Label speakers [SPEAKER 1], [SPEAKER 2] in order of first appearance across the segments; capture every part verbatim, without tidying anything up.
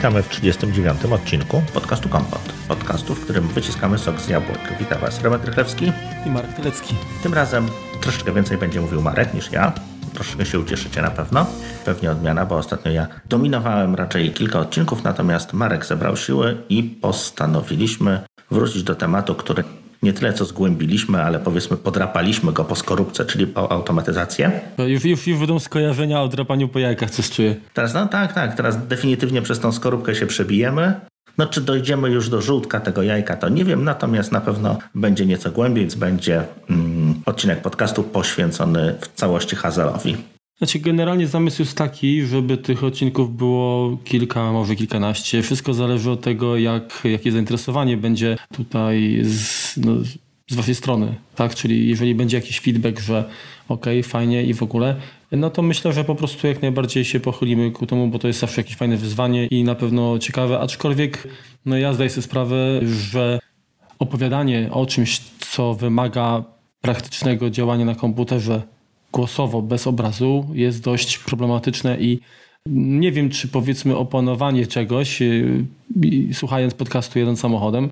[SPEAKER 1] Witamy w trzydziestym dziewiątym odcinku podcastu Kompot. Podcastu, w którym wyciskamy sok z jabłek. Witam Was Robert Rychlewski
[SPEAKER 2] i Marek Tylecki.
[SPEAKER 1] Tym razem troszeczkę więcej będzie mówił Marek niż ja. Troszeczkę się ucieszycie na pewno. Pewnie odmiana, bo ostatnio ja dominowałem raczej kilka odcinków, natomiast Marek zebrał siły i postanowiliśmy wrócić do tematu, który nie tyle co zgłębiliśmy, ale powiedzmy podrapaliśmy go po skorupce, czyli po automatyzację.
[SPEAKER 2] Już, już, już będą skojarzenia o drapaniu po jajkach, coś czuję.
[SPEAKER 1] Teraz, no tak, tak, teraz definitywnie przez tą skorupkę się przebijemy. No czy dojdziemy już do żółtka tego jajka, to nie wiem, natomiast na pewno będzie nieco głębiej, więc będzie mm, odcinek podcastu poświęcony w całości Hazelowi.
[SPEAKER 2] Znaczy generalnie zamysł jest taki, żeby tych odcinków było kilka, może kilkanaście. Wszystko zależy od tego, jak, jakie zainteresowanie będzie tutaj z, no, z waszej strony. Tak? Czyli jeżeli będzie jakiś feedback, że okej, okay, fajnie i w ogóle, no to myślę, że po prostu jak najbardziej się pochylimy ku temu, bo to jest zawsze jakieś fajne wyzwanie i na pewno ciekawe. Aczkolwiek no ja zdaję sobie sprawę, że opowiadanie o czymś, co wymaga praktycznego działania na komputerze głosowo, bez obrazu, jest dość problematyczne i nie wiem, czy powiedzmy opanowanie czegoś, yy, słuchając podcastu jednym samochodem,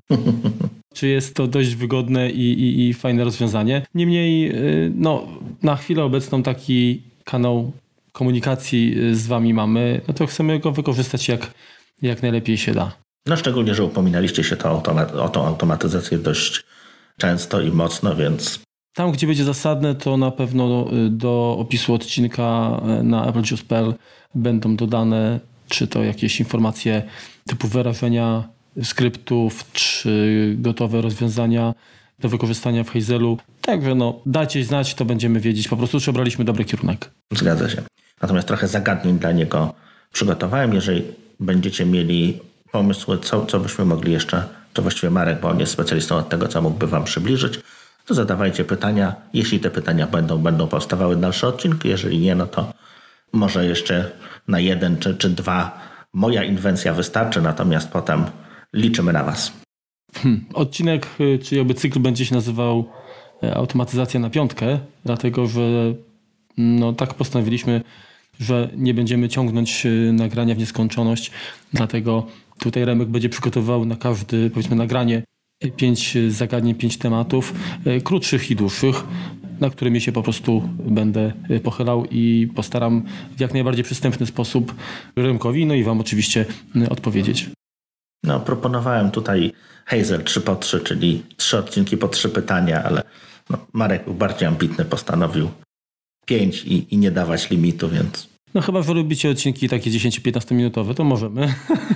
[SPEAKER 2] czy jest to dość wygodne i, i, i fajne rozwiązanie. Niemniej, yy, no, na chwilę obecną taki kanał komunikacji z wami mamy, no to chcemy go wykorzystać jak, jak najlepiej się da.
[SPEAKER 1] No szczególnie, że upominaliście się to automa- o tą automatyzację dość często i mocno, więc
[SPEAKER 2] tam, gdzie będzie zasadne, to na pewno do opisu odcinka na apple juice kropka p l będą dodane czy to jakieś informacje typu wyrażenia skryptów, czy gotowe rozwiązania do wykorzystania w Hazelu. Także no, dajcie znać, to będziemy wiedzieć po prostu, czy obraliśmy dobry kierunek.
[SPEAKER 1] Zgadza się. Natomiast trochę zagadnień dla niego przygotowałem. Jeżeli będziecie mieli pomysły, co, co byśmy mogli jeszcze, to właściwie Marek, bo on jest specjalistą od tego, co mógłby wam przybliżyć, to zadawajcie pytania. Jeśli te pytania będą, będą powstawały dalsze odcinki. Jeżeli nie, no to może jeszcze na jeden czy, czy dwa moja inwencja wystarczy, natomiast potem liczymy na was.
[SPEAKER 2] Hmm. Odcinek, czy jakby cykl będzie się nazywał Automatyzacja na piątkę, dlatego że no tak postanowiliśmy, że nie będziemy ciągnąć nagrania w nieskończoność, dlatego tutaj Remek będzie przygotowywał na każde, powiedzmy, nagranie pięć zagadnień, pięć tematów, krótszych i dłuższych, na którymi się po prostu będę pochylał i postaram w jak najbardziej przystępny sposób Remkowi, no i wam oczywiście odpowiedzieć.
[SPEAKER 1] No, proponowałem tutaj Hazel trzy po trzy, czyli trzy odcinki po trzy pytania, ale no, Marek był bardziej ambitny, postanowił pięć i, i nie dawać limitu, więc...
[SPEAKER 2] No chyba, że lubicie odcinki takie dziesięcio-piętnasto minutowe, to możemy.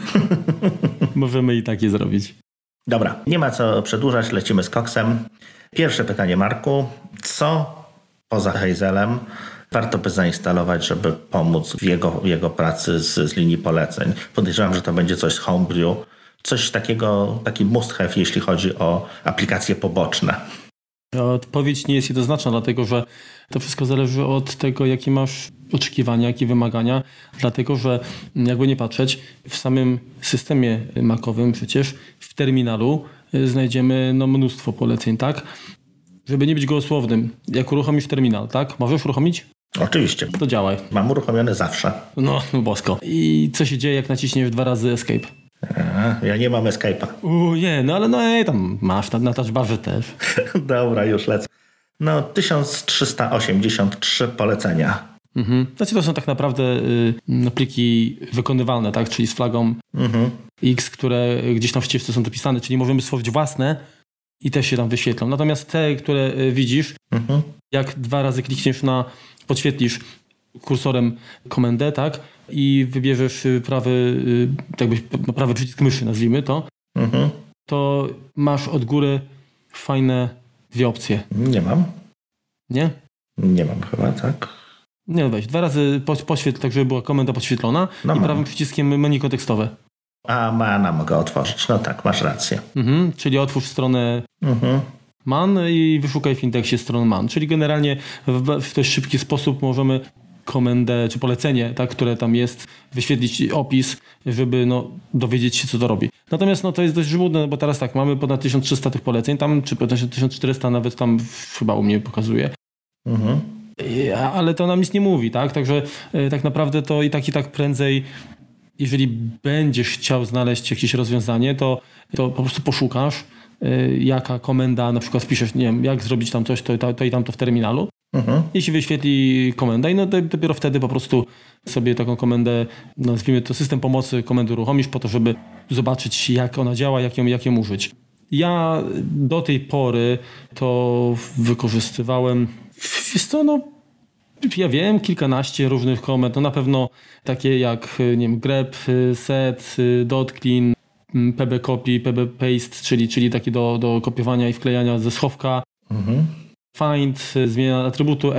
[SPEAKER 2] możemy i takie zrobić.
[SPEAKER 1] Dobra, nie ma co przedłużać, lecimy z koksem. Pierwsze pytanie, Marku. Co poza Hazelem warto by zainstalować, żeby pomóc w jego, w jego pracy z, z linii poleceń? Podejrzewam, że to będzie coś z Homebrew. Coś takiego, taki must have, jeśli chodzi o aplikacje poboczne.
[SPEAKER 2] Odpowiedź nie jest jednoznaczna, dlatego że to wszystko zależy od tego, jakie masz oczekiwania, jakie wymagania, dlatego że jakby nie patrzeć, w samym systemie macowym przecież w terminalu znajdziemy no, mnóstwo poleceń, tak? Żeby nie być gołosłownym, jak uruchomisz terminal, tak? Możesz uruchomić?
[SPEAKER 1] Oczywiście.
[SPEAKER 2] To działaj.
[SPEAKER 1] Mam uruchomione zawsze.
[SPEAKER 2] No, bosko. I co się dzieje, jak naciśniesz dwa razy escape?
[SPEAKER 1] A, ja nie mam escape'a.
[SPEAKER 2] Uuu, nie, no ale no ej, tam masz na, na touchbarze też.
[SPEAKER 1] Dobra, już lecę. No, tysiąc trzysta osiemdziesiąt trzy polecenia.
[SPEAKER 2] Mhm. Znaczy to są tak naprawdę y, pliki wykonywalne, tak? Czyli z flagą mhm. X, które gdzieś tam w ścieżce są dopisane, czyli możemy stworzyć własne i też się tam wyświetlą. Natomiast te, które y, widzisz, mhm. jak dwa razy klikniesz na, podświetlisz kursorem komendę, tak? I wybierzesz prawy, tak byś, prawy przycisk myszy, nazwijmy to, mhm. to masz od góry fajne dwie opcje.
[SPEAKER 1] Nie mam.
[SPEAKER 2] Nie?
[SPEAKER 1] Nie mam chyba, tak.
[SPEAKER 2] Nie, weź, dwa razy poświetl, tak żeby była komenda podświetlona no i mam. Prawym przyciskiem menu kontekstowe.
[SPEAKER 1] A, mana mogę otworzyć. No tak, masz rację.
[SPEAKER 2] Mhm, czyli otwórz stronę mhm. man i wyszukaj w indeksie stron man. Czyli generalnie w, w dość szybki sposób możemy komendę czy polecenie, tak, które tam jest, wyświetlić opis, żeby no, dowiedzieć się, co to robi. Natomiast no, to jest dość żmudne, bo teraz tak, mamy ponad tysiąc trzysta tych poleceń, tam czy ponad tysiąc czterysta nawet tam chyba u mnie pokazuje. Mhm. Ale to nam nic nie mówi, tak? Także tak naprawdę to i tak i tak prędzej jeżeli będziesz chciał znaleźć jakieś rozwiązanie, to, to po prostu poszukasz, y, jaka komenda, na przykład wpiszesz, nie wiem, jak zrobić tam coś, to, to, to i tamto w terminalu. Mhm. Jeśli wyświetli komenda i no dopiero wtedy po prostu sobie taką komendę, nazwijmy to system pomocy, komendę uruchomisz po to, żeby zobaczyć, jak ona działa, jak ją, jak ją użyć. Ja do tej pory to wykorzystywałem, wiesz co, no ja wiem, kilkanaście różnych komend, no na pewno takie jak, nie wiem, grep, set, dot clean, pbcopy, pbpaste, czyli, czyli takie do, do kopiowania i wklejania ze schowka. Mhm. Find, zmiana atrybutu,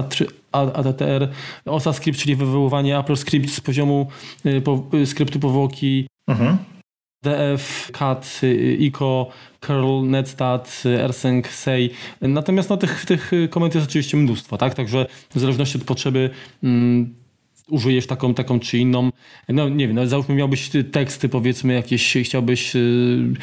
[SPEAKER 2] xattr, osa script, czyli wywoływanie upload script z poziomu po, skryptu powłoki, mhm. df, cat, echo, curl, netstat, rsync, say. Natomiast no, tych, tych komend jest oczywiście mnóstwo, tak? Także w zależności od potrzeby mm, użyjesz taką, taką czy inną. No nie wiem, no, załóżmy miałbyś teksty, powiedzmy jakieś, chciałbyś, yy,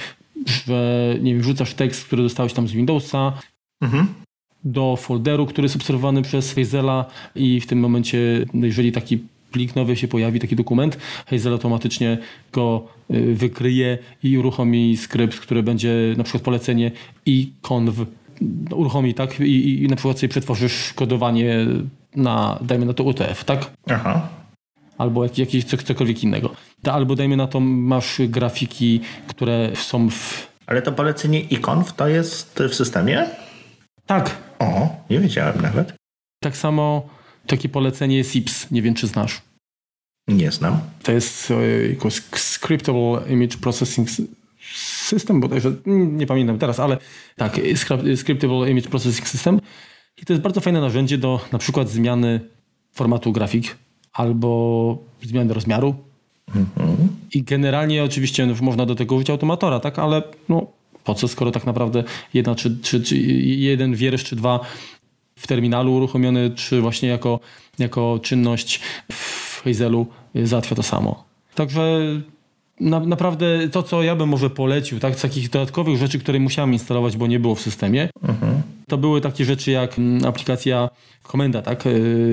[SPEAKER 2] że nie wiem, wrzucasz tekst, który dostałeś tam z Windowsa, mhm. do folderu, który jest obserwowany przez Hazela i w tym momencie, jeżeli taki plik nowy się pojawi, taki dokument, Hazel automatycznie go wykryje i uruchomi skrypt, który będzie na przykład polecenie i conv uruchomi, tak? I, i na przykład sobie przetworzysz kodowanie na, dajmy na to U T F, tak? Aha. Albo jakieś, jakieś cokolwiek innego. Albo dajmy na to, masz grafiki, które są w...
[SPEAKER 1] Ale to polecenie i conv to jest w systemie?
[SPEAKER 2] Tak.
[SPEAKER 1] O, nie wiedziałem nawet.
[SPEAKER 2] Tak samo takie polecenie jest I P S. Nie wiem, czy znasz.
[SPEAKER 1] Nie znam.
[SPEAKER 2] To jest uh, Scriptable Image Processing System, bodajże, nie pamiętam teraz, ale tak, Scriptable Image Processing System. I to jest bardzo fajne narzędzie do na przykład zmiany formatu grafik albo zmiany rozmiaru. Mhm. I generalnie oczywiście no, można do tego użyć automatora, tak, ale no po co, skoro tak naprawdę jedna, czy, czy, czy jeden wiersz, czy dwa w terminalu uruchomiony, czy właśnie jako, jako czynność w Hazelu załatwia to samo. Także na, naprawdę to, co ja bym może polecił, tak, z takich dodatkowych rzeczy, które musiałem instalować, bo nie było w systemie, mhm. to były takie rzeczy jak aplikacja komenda, tak,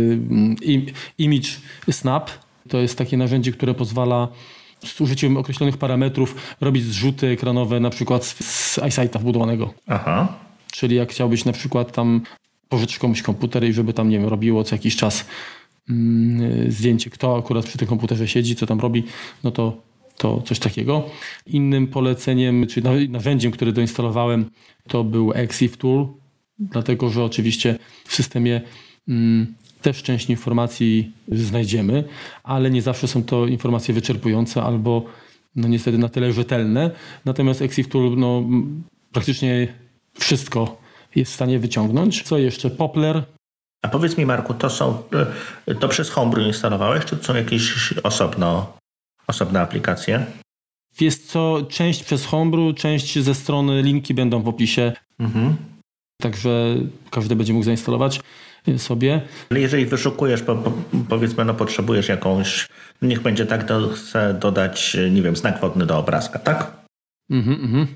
[SPEAKER 2] Image Snap. To jest takie narzędzie, które pozwala z użyciem określonych parametrów robić zrzuty ekranowe na przykład z, z iSighta wbudowanego. Aha. Czyli jak chciałbyś na przykład tam pożyczyć komuś komputer i żeby tam, nie wiem, robiło co jakiś czas mm, zdjęcie, kto akurat przy tym komputerze siedzi, co tam robi, no to, to coś takiego. Innym poleceniem, czy narzędziem, które doinstalowałem, to był Exif Tool, dlatego że oczywiście w systemie mm, też część informacji znajdziemy, ale nie zawsze są to informacje wyczerpujące albo no niestety na tyle rzetelne. Natomiast Exif Tool no, praktycznie wszystko jest w stanie wyciągnąć. Co jeszcze? Poplar.
[SPEAKER 1] A powiedz mi, Marku, to są to przez Homebrew instalowałeś, czy to są jakieś osobno, osobne aplikacje?
[SPEAKER 2] Jest co, część przez Homebrew, część ze strony, linki będą w opisie. Mhm. Także każdy będzie mógł zainstalować sobie.
[SPEAKER 1] Ale jeżeli wyszukujesz, po, po, powiedzmy, no potrzebujesz jakąś, niech będzie tak, to chcę dodać, nie wiem, znak wodny do obrazka, tak? Mhm, mhm.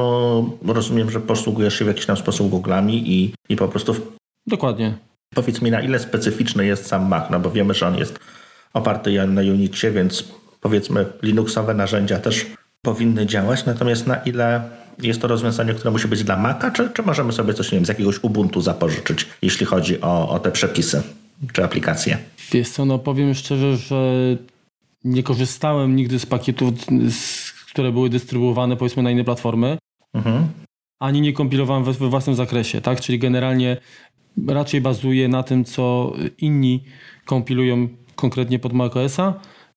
[SPEAKER 1] To rozumiem, że posługujesz się w jakiś tam sposób Google'ami i, i po prostu... W...
[SPEAKER 2] Dokładnie.
[SPEAKER 1] Powiedz mi, na ile specyficzny jest sam Mac, no bo wiemy, że on jest oparty na Unicie, więc powiedzmy Linuxowe narzędzia też powinny działać, natomiast na ile jest to rozwiązanie, które musi być dla Maca, czy, czy możemy sobie coś, nie wiem, z jakiegoś Ubuntu zapożyczyć, jeśli chodzi o, o te przepisy czy aplikacje?
[SPEAKER 2] Wiesz co, no powiem szczerze, że nie korzystałem nigdy z pakietów, z, które były dystrybuowane powiedzmy na inne platformy, mhm. ani nie kompilowałem we, we własnym zakresie, tak? Czyli generalnie raczej bazuję na tym, co inni kompilują konkretnie pod macOSa.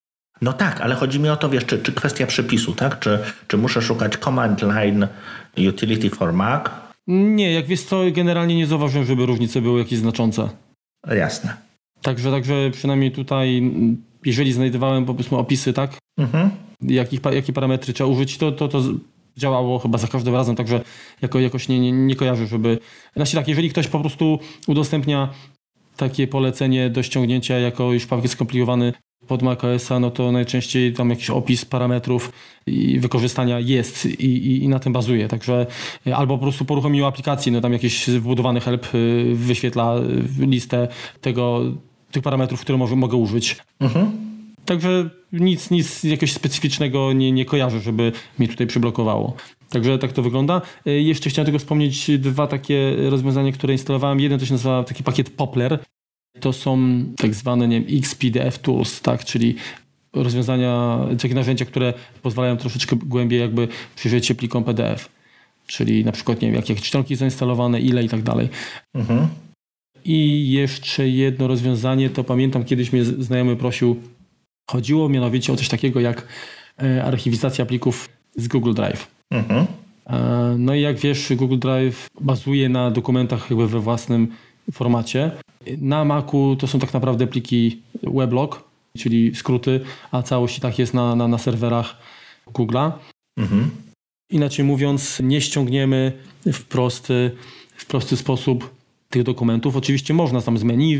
[SPEAKER 1] No tak, ale chodzi mi o to, wiesz, czy, czy kwestia przepisu, tak? Czy, czy muszę szukać command line utility for Mac?
[SPEAKER 2] Nie, jak wiesz co, generalnie nie zauważyłem, żeby różnice były jakieś znaczące.
[SPEAKER 1] Jasne.
[SPEAKER 2] Także, także przynajmniej tutaj, jeżeli znajdowałem powiedzmy opisy, tak? Mhm. Jakich, jakie parametry trzeba użyć, to, to, to działało chyba za każdym razem, także jako, jakoś nie, nie, nie kojarzę, żeby... Znaczy tak, jeżeli ktoś po prostu udostępnia takie polecenie do ściągnięcia jako już pakiet skomplikowany pod macOSa, no to najczęściej tam jakiś opis parametrów i wykorzystania jest i, i, i na tym bazuje. Także albo po prostu po uruchomieniu aplikacji, no tam jakiś wbudowany help wyświetla listę tego, tych parametrów, które może, mogę użyć. Mhm. Także nic, nic jakiegoś specyficznego nie, nie kojarzę, żeby mnie tutaj przyblokowało. Także tak to wygląda. Jeszcze chciałem tylko wspomnieć dwa takie rozwiązania, które instalowałem. Jeden to się nazywa taki pakiet Poplar. To są tak zwane, nie wiem, X P D F Tools, tak, czyli rozwiązania, takie narzędzia, które pozwalają troszeczkę głębiej jakby przyjrzeć się plikom P D F. Czyli na przykład, nie wiem, jakie czcionki zainstalowane, ile i tak dalej. Mhm. I jeszcze jedno rozwiązanie, to pamiętam kiedyś mnie znajomy prosił, chodziło mianowicie o coś takiego jak archiwizacja plików z Google Drive. Mhm. No i jak wiesz, Google Drive bazuje na dokumentach jakby we własnym formacie. Na Macu to są tak naprawdę pliki weblog, czyli skróty, a całość i tak jest na, na, na serwerach Google'a. Mhm. Inaczej mówiąc, nie ściągniemy w prosty, w prosty sposób tych dokumentów. Oczywiście można tam z menu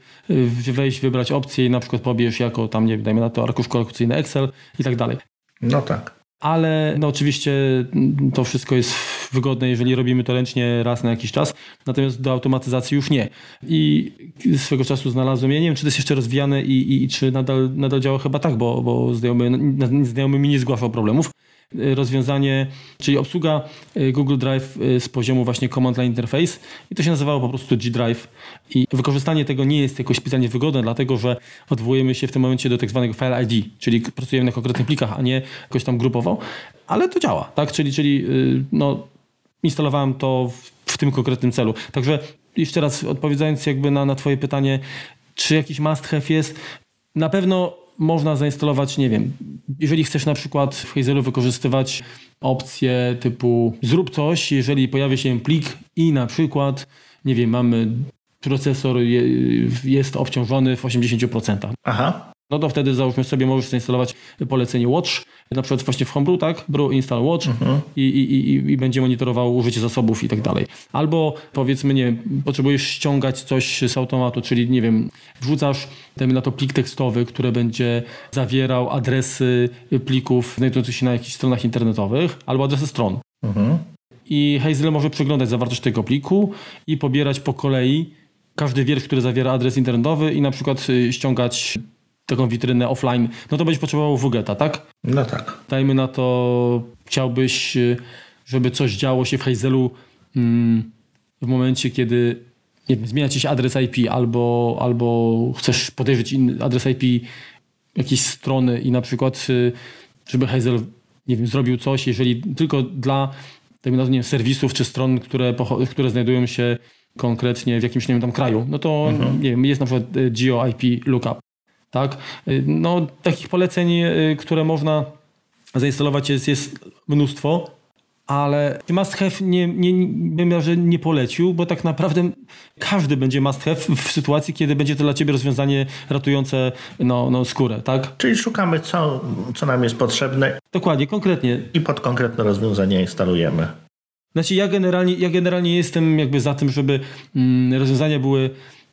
[SPEAKER 2] wejść, wybrać opcję i na przykład pobierz jako tam, nie wiem, dajmy na to arkusz kolekcyjny Excel i tak dalej.
[SPEAKER 1] No tak.
[SPEAKER 2] Ale no oczywiście to wszystko jest wygodne, jeżeli robimy to ręcznie raz na jakiś czas, natomiast do automatyzacji już nie. I swego czasu znalazłem, ja nie wiem, czy to jest jeszcze rozwijane i, i, i czy nadal, nadal działa, chyba tak, bo, bo znajomy, znajomy mi nie zgłaszał problemów. Rozwiązanie, czyli obsługa Google Drive z poziomu właśnie Command Line Interface i to się nazywało po prostu G Drive i wykorzystanie tego nie jest jakoś specjalnie wygodne, dlatego że odwołujemy się w tym momencie do tak zwanego File I D, czyli pracujemy na konkretnych plikach, a nie jakoś tam grupowo, ale to działa, tak? Czyli, czyli no, instalowałem to w, w tym konkretnym celu. Także jeszcze raz odpowiadając jakby na, na twoje pytanie, czy jakiś must have jest, na pewno można zainstalować, nie wiem, jeżeli chcesz na przykład w Hazelu wykorzystywać opcję typu zrób coś, jeżeli pojawia się plik i na przykład, nie wiem, mamy procesor je, jest obciążony w osiemdziesiąt procent. Aha. No to wtedy załóżmy sobie, możesz zainstalować polecenie Watch, na przykład właśnie w Homebrew, tak? Brew install Watch mhm. i, i, i, i będzie monitorował użycie zasobów i tak dalej. Albo powiedzmy, nie wiem, potrzebujesz ściągać coś z automatu, czyli nie wiem, wrzucasz, dajmy na to plik tekstowy, który będzie zawierał adresy plików znajdujących się na jakichś stronach internetowych, albo adresy stron. Mhm. I Hazel może przeglądać zawartość tego pliku i pobierać po kolei każdy wiersz, który zawiera adres internetowy i na przykład ściągać taką witrynę offline, no to będziesz potrzebował wgeta, tak?
[SPEAKER 1] No tak.
[SPEAKER 2] Dajmy na to, chciałbyś, żeby coś działo się w Hazelu mm, w momencie, kiedy nie wiem, zmienia ci się adres I P albo, albo chcesz podejrzeć inny adres I P jakiejś strony i na przykład, żeby Hazel, nie wiem, zrobił coś, jeżeli tylko dla dajmy na to, nie wiem, serwisów czy stron, które, które znajdują się konkretnie w jakimś, nie wiem, tam kraju, no to mhm. nie wiem, jest na przykład Geo I P Lookup. Tak? No, takich poleceń, które można zainstalować jest, jest mnóstwo, ale must have nie, nie, bym że nie polecił, bo tak naprawdę każdy będzie must have w sytuacji, kiedy będzie to dla ciebie rozwiązanie ratujące no, no, skórę. Tak?
[SPEAKER 1] Czyli szukamy, co, co nam jest potrzebne.
[SPEAKER 2] Dokładnie, konkretnie.
[SPEAKER 1] I pod konkretne rozwiązanie instalujemy.
[SPEAKER 2] Znaczy ja generalnie, ja generalnie jestem jakby za tym, żeby mm, rozwiązania były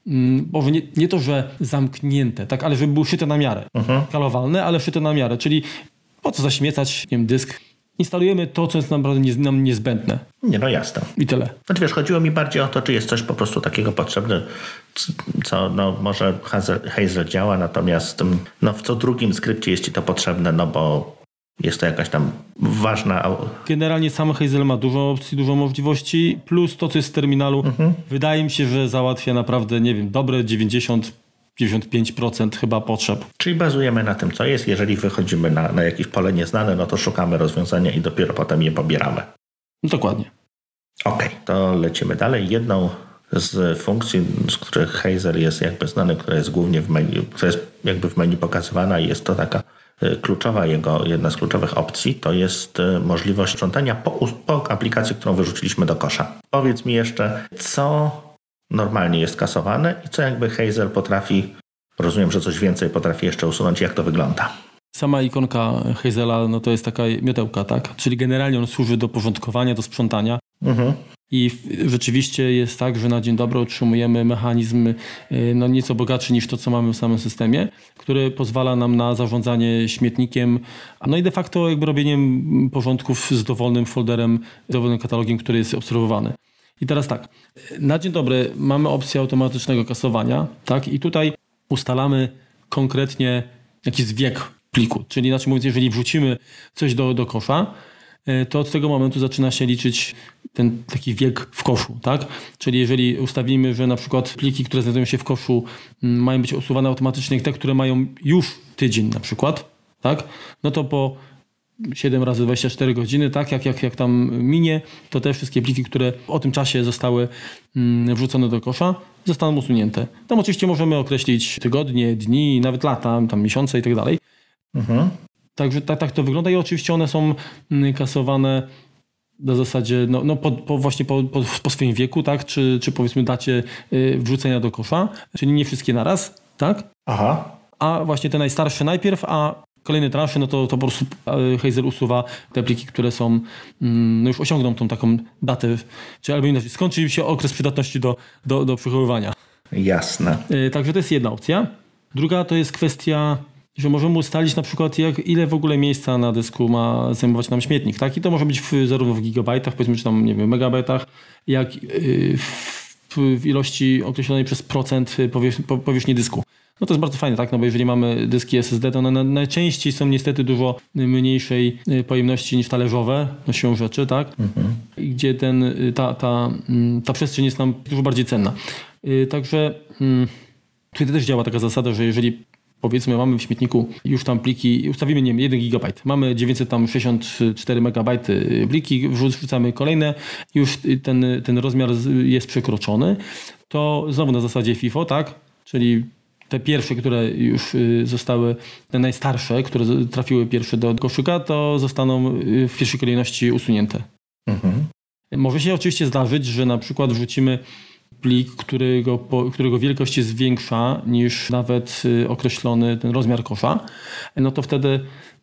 [SPEAKER 2] może nie, nie to, że zamknięte, tak, ale żeby były szyte na miarę. Mhm. Skalowalne, ale szyte na miarę. Czyli po co zaśmiecać, nie wiem, dysk? Instalujemy to, co jest naprawdę nie, nam niezbędne.
[SPEAKER 1] Nie, no jasne.
[SPEAKER 2] I tyle.
[SPEAKER 1] Znaczy wiesz, chodziło mi bardziej o to, czy jest coś po prostu takiego potrzebne, co no może Hazel, Hazel działa, natomiast no, w co drugim skrypcie jest ci to potrzebne, no bo jest to jakaś tam ważna...
[SPEAKER 2] Generalnie sam Hazel ma dużo opcji, dużo możliwości, plus to, co jest w terminalu. Mhm. Wydaje mi się, że załatwia naprawdę, nie wiem, dobre dziewięćdziesiąt do dziewięćdziesięciu pięciu procent chyba potrzeb.
[SPEAKER 1] Czyli bazujemy na tym, co jest. Jeżeli wychodzimy na, na jakieś pole nieznane, no to szukamy rozwiązania i dopiero potem je pobieramy.
[SPEAKER 2] No dokładnie.
[SPEAKER 1] Okej, okay, to lecimy dalej. Jedną z funkcji, z których Hazel jest jakby znany, która jest głównie w menu, która jest jakby w menu pokazywana i jest to taka kluczowa jego, jedna z kluczowych opcji, to jest możliwość sprzątania po, po aplikacji, którą wyrzuciliśmy do kosza. Powiedz mi jeszcze, co normalnie jest kasowane i co jakby Hazel potrafi, rozumiem, że coś więcej potrafi jeszcze usunąć, jak to wygląda?
[SPEAKER 2] Sama ikonka Hazela, no to jest taka miotełka, tak? Czyli generalnie on służy do porządkowania, do sprzątania. Mhm. I rzeczywiście jest tak, że na dzień dobry otrzymujemy mechanizm no, nieco bogatszy niż to, co mamy w samym systemie, który pozwala nam na zarządzanie śmietnikiem, no i de facto jakby robieniem porządków z dowolnym folderem, z dowolnym katalogiem, który jest obserwowany. I teraz tak, na dzień dobry mamy opcję automatycznego kasowania, tak? I tutaj ustalamy konkretnie jaki jest wiek pliku. Czyli inaczej mówiąc, jeżeli wrzucimy coś do, do kosza, to od tego momentu zaczyna się liczyć ten taki wiek w koszu, tak? Czyli jeżeli ustawimy, że na przykład pliki, które znajdują się w koszu mają być usuwane automatycznie, te, które mają już tydzień na przykład, tak? No to po siedem razy dwadzieścia cztery godziny, tak? Jak, jak, jak tam minie, to te wszystkie pliki, które o tym czasie zostały wrzucone do kosza, zostaną usunięte. Tam oczywiście możemy określić tygodnie, dni, nawet lata, tam miesiące i tak dalej. Mhm. Także tak, tak to wygląda i oczywiście one są kasowane na zasadzie no, no po, po właśnie po, po, po swoim wieku, tak? Czy, czy powiedzmy dacie y, wrzucenia do kosza, czyli nie wszystkie naraz, tak?
[SPEAKER 1] Aha.
[SPEAKER 2] A właśnie te najstarsze najpierw, a kolejne transze, no to, to po prostu Hazel usuwa te pliki, które są, no już osiągną tą taką datę, czy albo inaczej, skończy im się okres przydatności do, do, do przechowywania.
[SPEAKER 1] Jasne.
[SPEAKER 2] Y, także to jest jedna opcja. Druga to jest kwestia, że możemy ustalić na przykład, jak, ile w ogóle miejsca na dysku ma zajmować nam śmietnik, tak? I to może być w, zarówno w gigabajtach, powiedzmy, czy tam, nie wiem, megabajtach, jak w, w ilości określonej przez procent powierzchni, powierzchni dysku. No to jest bardzo fajne, tak? No bo jeżeli mamy dyski S S D, to one najczęściej są niestety dużo mniejszej pojemności niż talerzowe, no siłą rzeczy, tak? Mhm. Gdzie ten, ta, ta, ta przestrzeń jest nam dużo bardziej cenna. Także tutaj też działa taka zasada, że jeżeli powiedzmy mamy w śmietniku już tam pliki, ustawimy, nie wiem, jeden gigabajt, mamy dziewięćset sześćdziesiąt cztery megabajty pliki, wrzucamy kolejne, już ten, ten rozmiar jest przekroczony, to znowu na zasadzie FIFO, tak? Czyli te pierwsze, które już zostały, te najstarsze, które trafiły pierwsze do koszyka, to zostaną w pierwszej kolejności usunięte. Mhm. Może się oczywiście zdarzyć, że na przykład wrzucimy plik, którego, którego wielkość jest większa niż nawet określony ten rozmiar kosza, no to wtedy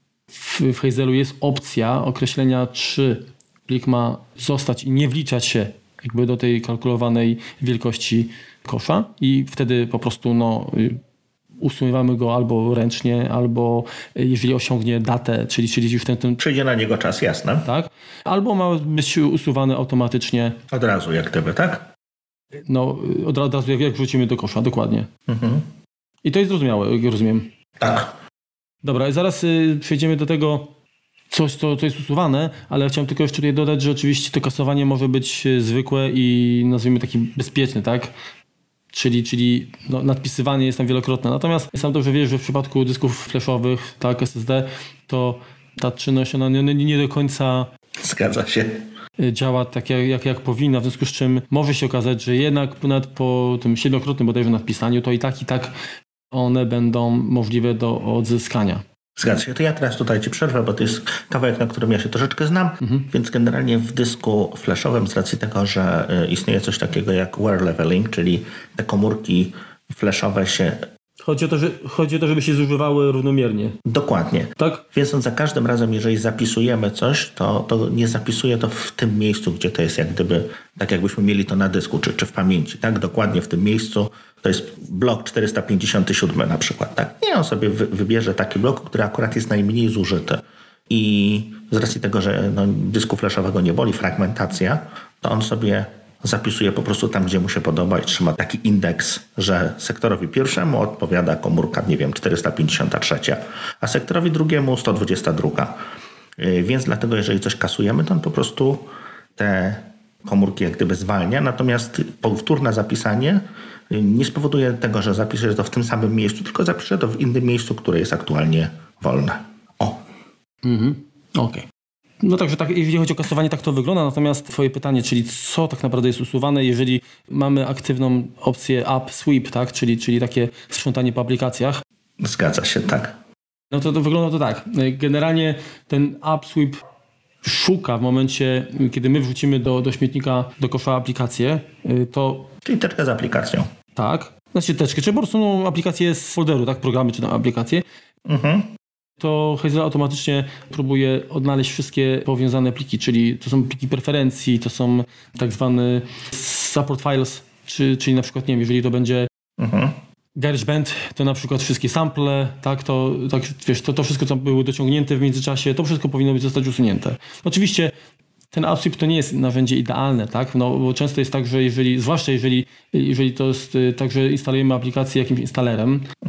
[SPEAKER 2] w, w Hazelu jest opcja określenia, czy plik ma zostać i nie wliczać się jakby do tej kalkulowanej wielkości kosza i wtedy po prostu no, usuwamy go albo ręcznie, albo jeżeli osiągnie datę, czyli, czyli już ten, ten...
[SPEAKER 1] Przyjdzie na niego czas, jasne.
[SPEAKER 2] Tak. Albo ma być usuwany automatycznie.
[SPEAKER 1] Od razu jak gdyby, tak?
[SPEAKER 2] No, od razu jak, jak wrzucimy do kosza, dokładnie. Mhm. I to jest zrozumiałe, jak rozumiem.
[SPEAKER 1] Tak.
[SPEAKER 2] Dobra, zaraz y, przejdziemy do tego, coś, co, co jest usuwane, ale chciałem tylko jeszcze tutaj dodać, że oczywiście to kasowanie może być zwykłe i nazwijmy taki bezpieczny, tak? Czyli, czyli no, nadpisywanie jest tam wielokrotne. Natomiast sam dobrze wiesz, że w przypadku dysków flashowych, tak, S S D, to ta czynność, ona nie, nie do końca...
[SPEAKER 1] Zgadza się.
[SPEAKER 2] Działa tak jak, jak, jak powinna, w związku z czym może się okazać, że jednak nawet po tym siedmiokrotnym bodajże nadpisaniu, to i tak, i tak one będą możliwe do odzyskania.
[SPEAKER 1] Zgadza się. To ja teraz tutaj Ci przerwę, bo to jest kawałek, na którym ja się troszeczkę znam, mhm. Więc generalnie w dysku flashowym z racji tego, że istnieje coś takiego jak wear leveling, czyli te komórki flashowe się...
[SPEAKER 2] Chodzi o to, że, chodzi o to, żeby się zużywały równomiernie.
[SPEAKER 1] Dokładnie.
[SPEAKER 2] Tak?
[SPEAKER 1] Więc on za każdym razem, jeżeli zapisujemy coś, to, to nie zapisuje to w tym miejscu, gdzie to jest jak gdyby, tak jakbyśmy mieli to na dysku, czy, czy w pamięci, tak? Dokładnie w tym miejscu. To jest blok czterysta pięćdziesiąt siedem na przykład, tak? Nie, on sobie wy, wybierze taki blok, który akurat jest najmniej zużyty. I z racji tego, że no, dysku flashowego nie boli fragmentacja, to on sobie zapisuje po prostu tam, gdzie mu się podoba i trzyma taki indeks, że sektorowi pierwszemu odpowiada komórka, nie wiem, czterysta pięćdziesiąt trzy, a sektorowi drugiemu sto dwadzieścia dwa. Więc dlatego, jeżeli coś kasujemy, to on po prostu te komórki jak gdyby zwalnia, natomiast powtórne zapisanie nie spowoduje tego, że zapisze to w tym samym miejscu, tylko zapisze to w innym miejscu, które jest aktualnie wolne. O.
[SPEAKER 2] Mhm. Okej. Okay. No także tak, jeżeli chodzi o kasowanie, tak to wygląda. Natomiast twoje pytanie, czyli co tak naprawdę jest usuwane, jeżeli mamy aktywną opcję app sweep, tak? Czyli, czyli takie sprzątanie po aplikacjach.
[SPEAKER 1] Zgadza się, tak.
[SPEAKER 2] No to, to wygląda to tak. Generalnie ten app sweep szuka w momencie, kiedy my wrzucimy do, do śmietnika, do kosza aplikację, to...
[SPEAKER 1] Czyli teczkę z aplikacją.
[SPEAKER 2] Tak. Znaczy teczkę, czy po prostu no, aplikacje z folderu, tak? Programy czy tam aplikacje. Mhm. To Hazel automatycznie próbuje odnaleźć wszystkie powiązane pliki, czyli to są pliki preferencji, to są tak zwane support files, czy, czyli na przykład, nie wiem, jeżeli to będzie mhm. GarageBand, to na przykład wszystkie sample, tak, to, tak, wiesz, to, to wszystko, co było dociągnięte w międzyczasie, to wszystko powinno być zostać usunięte. Oczywiście ten AppSweep to nie jest narzędzie idealne, tak, no, bo często jest tak, że jeżeli, zwłaszcza jeżeli, jeżeli to jest tak, że instalujemy aplikację jakimś instalerem, mhm.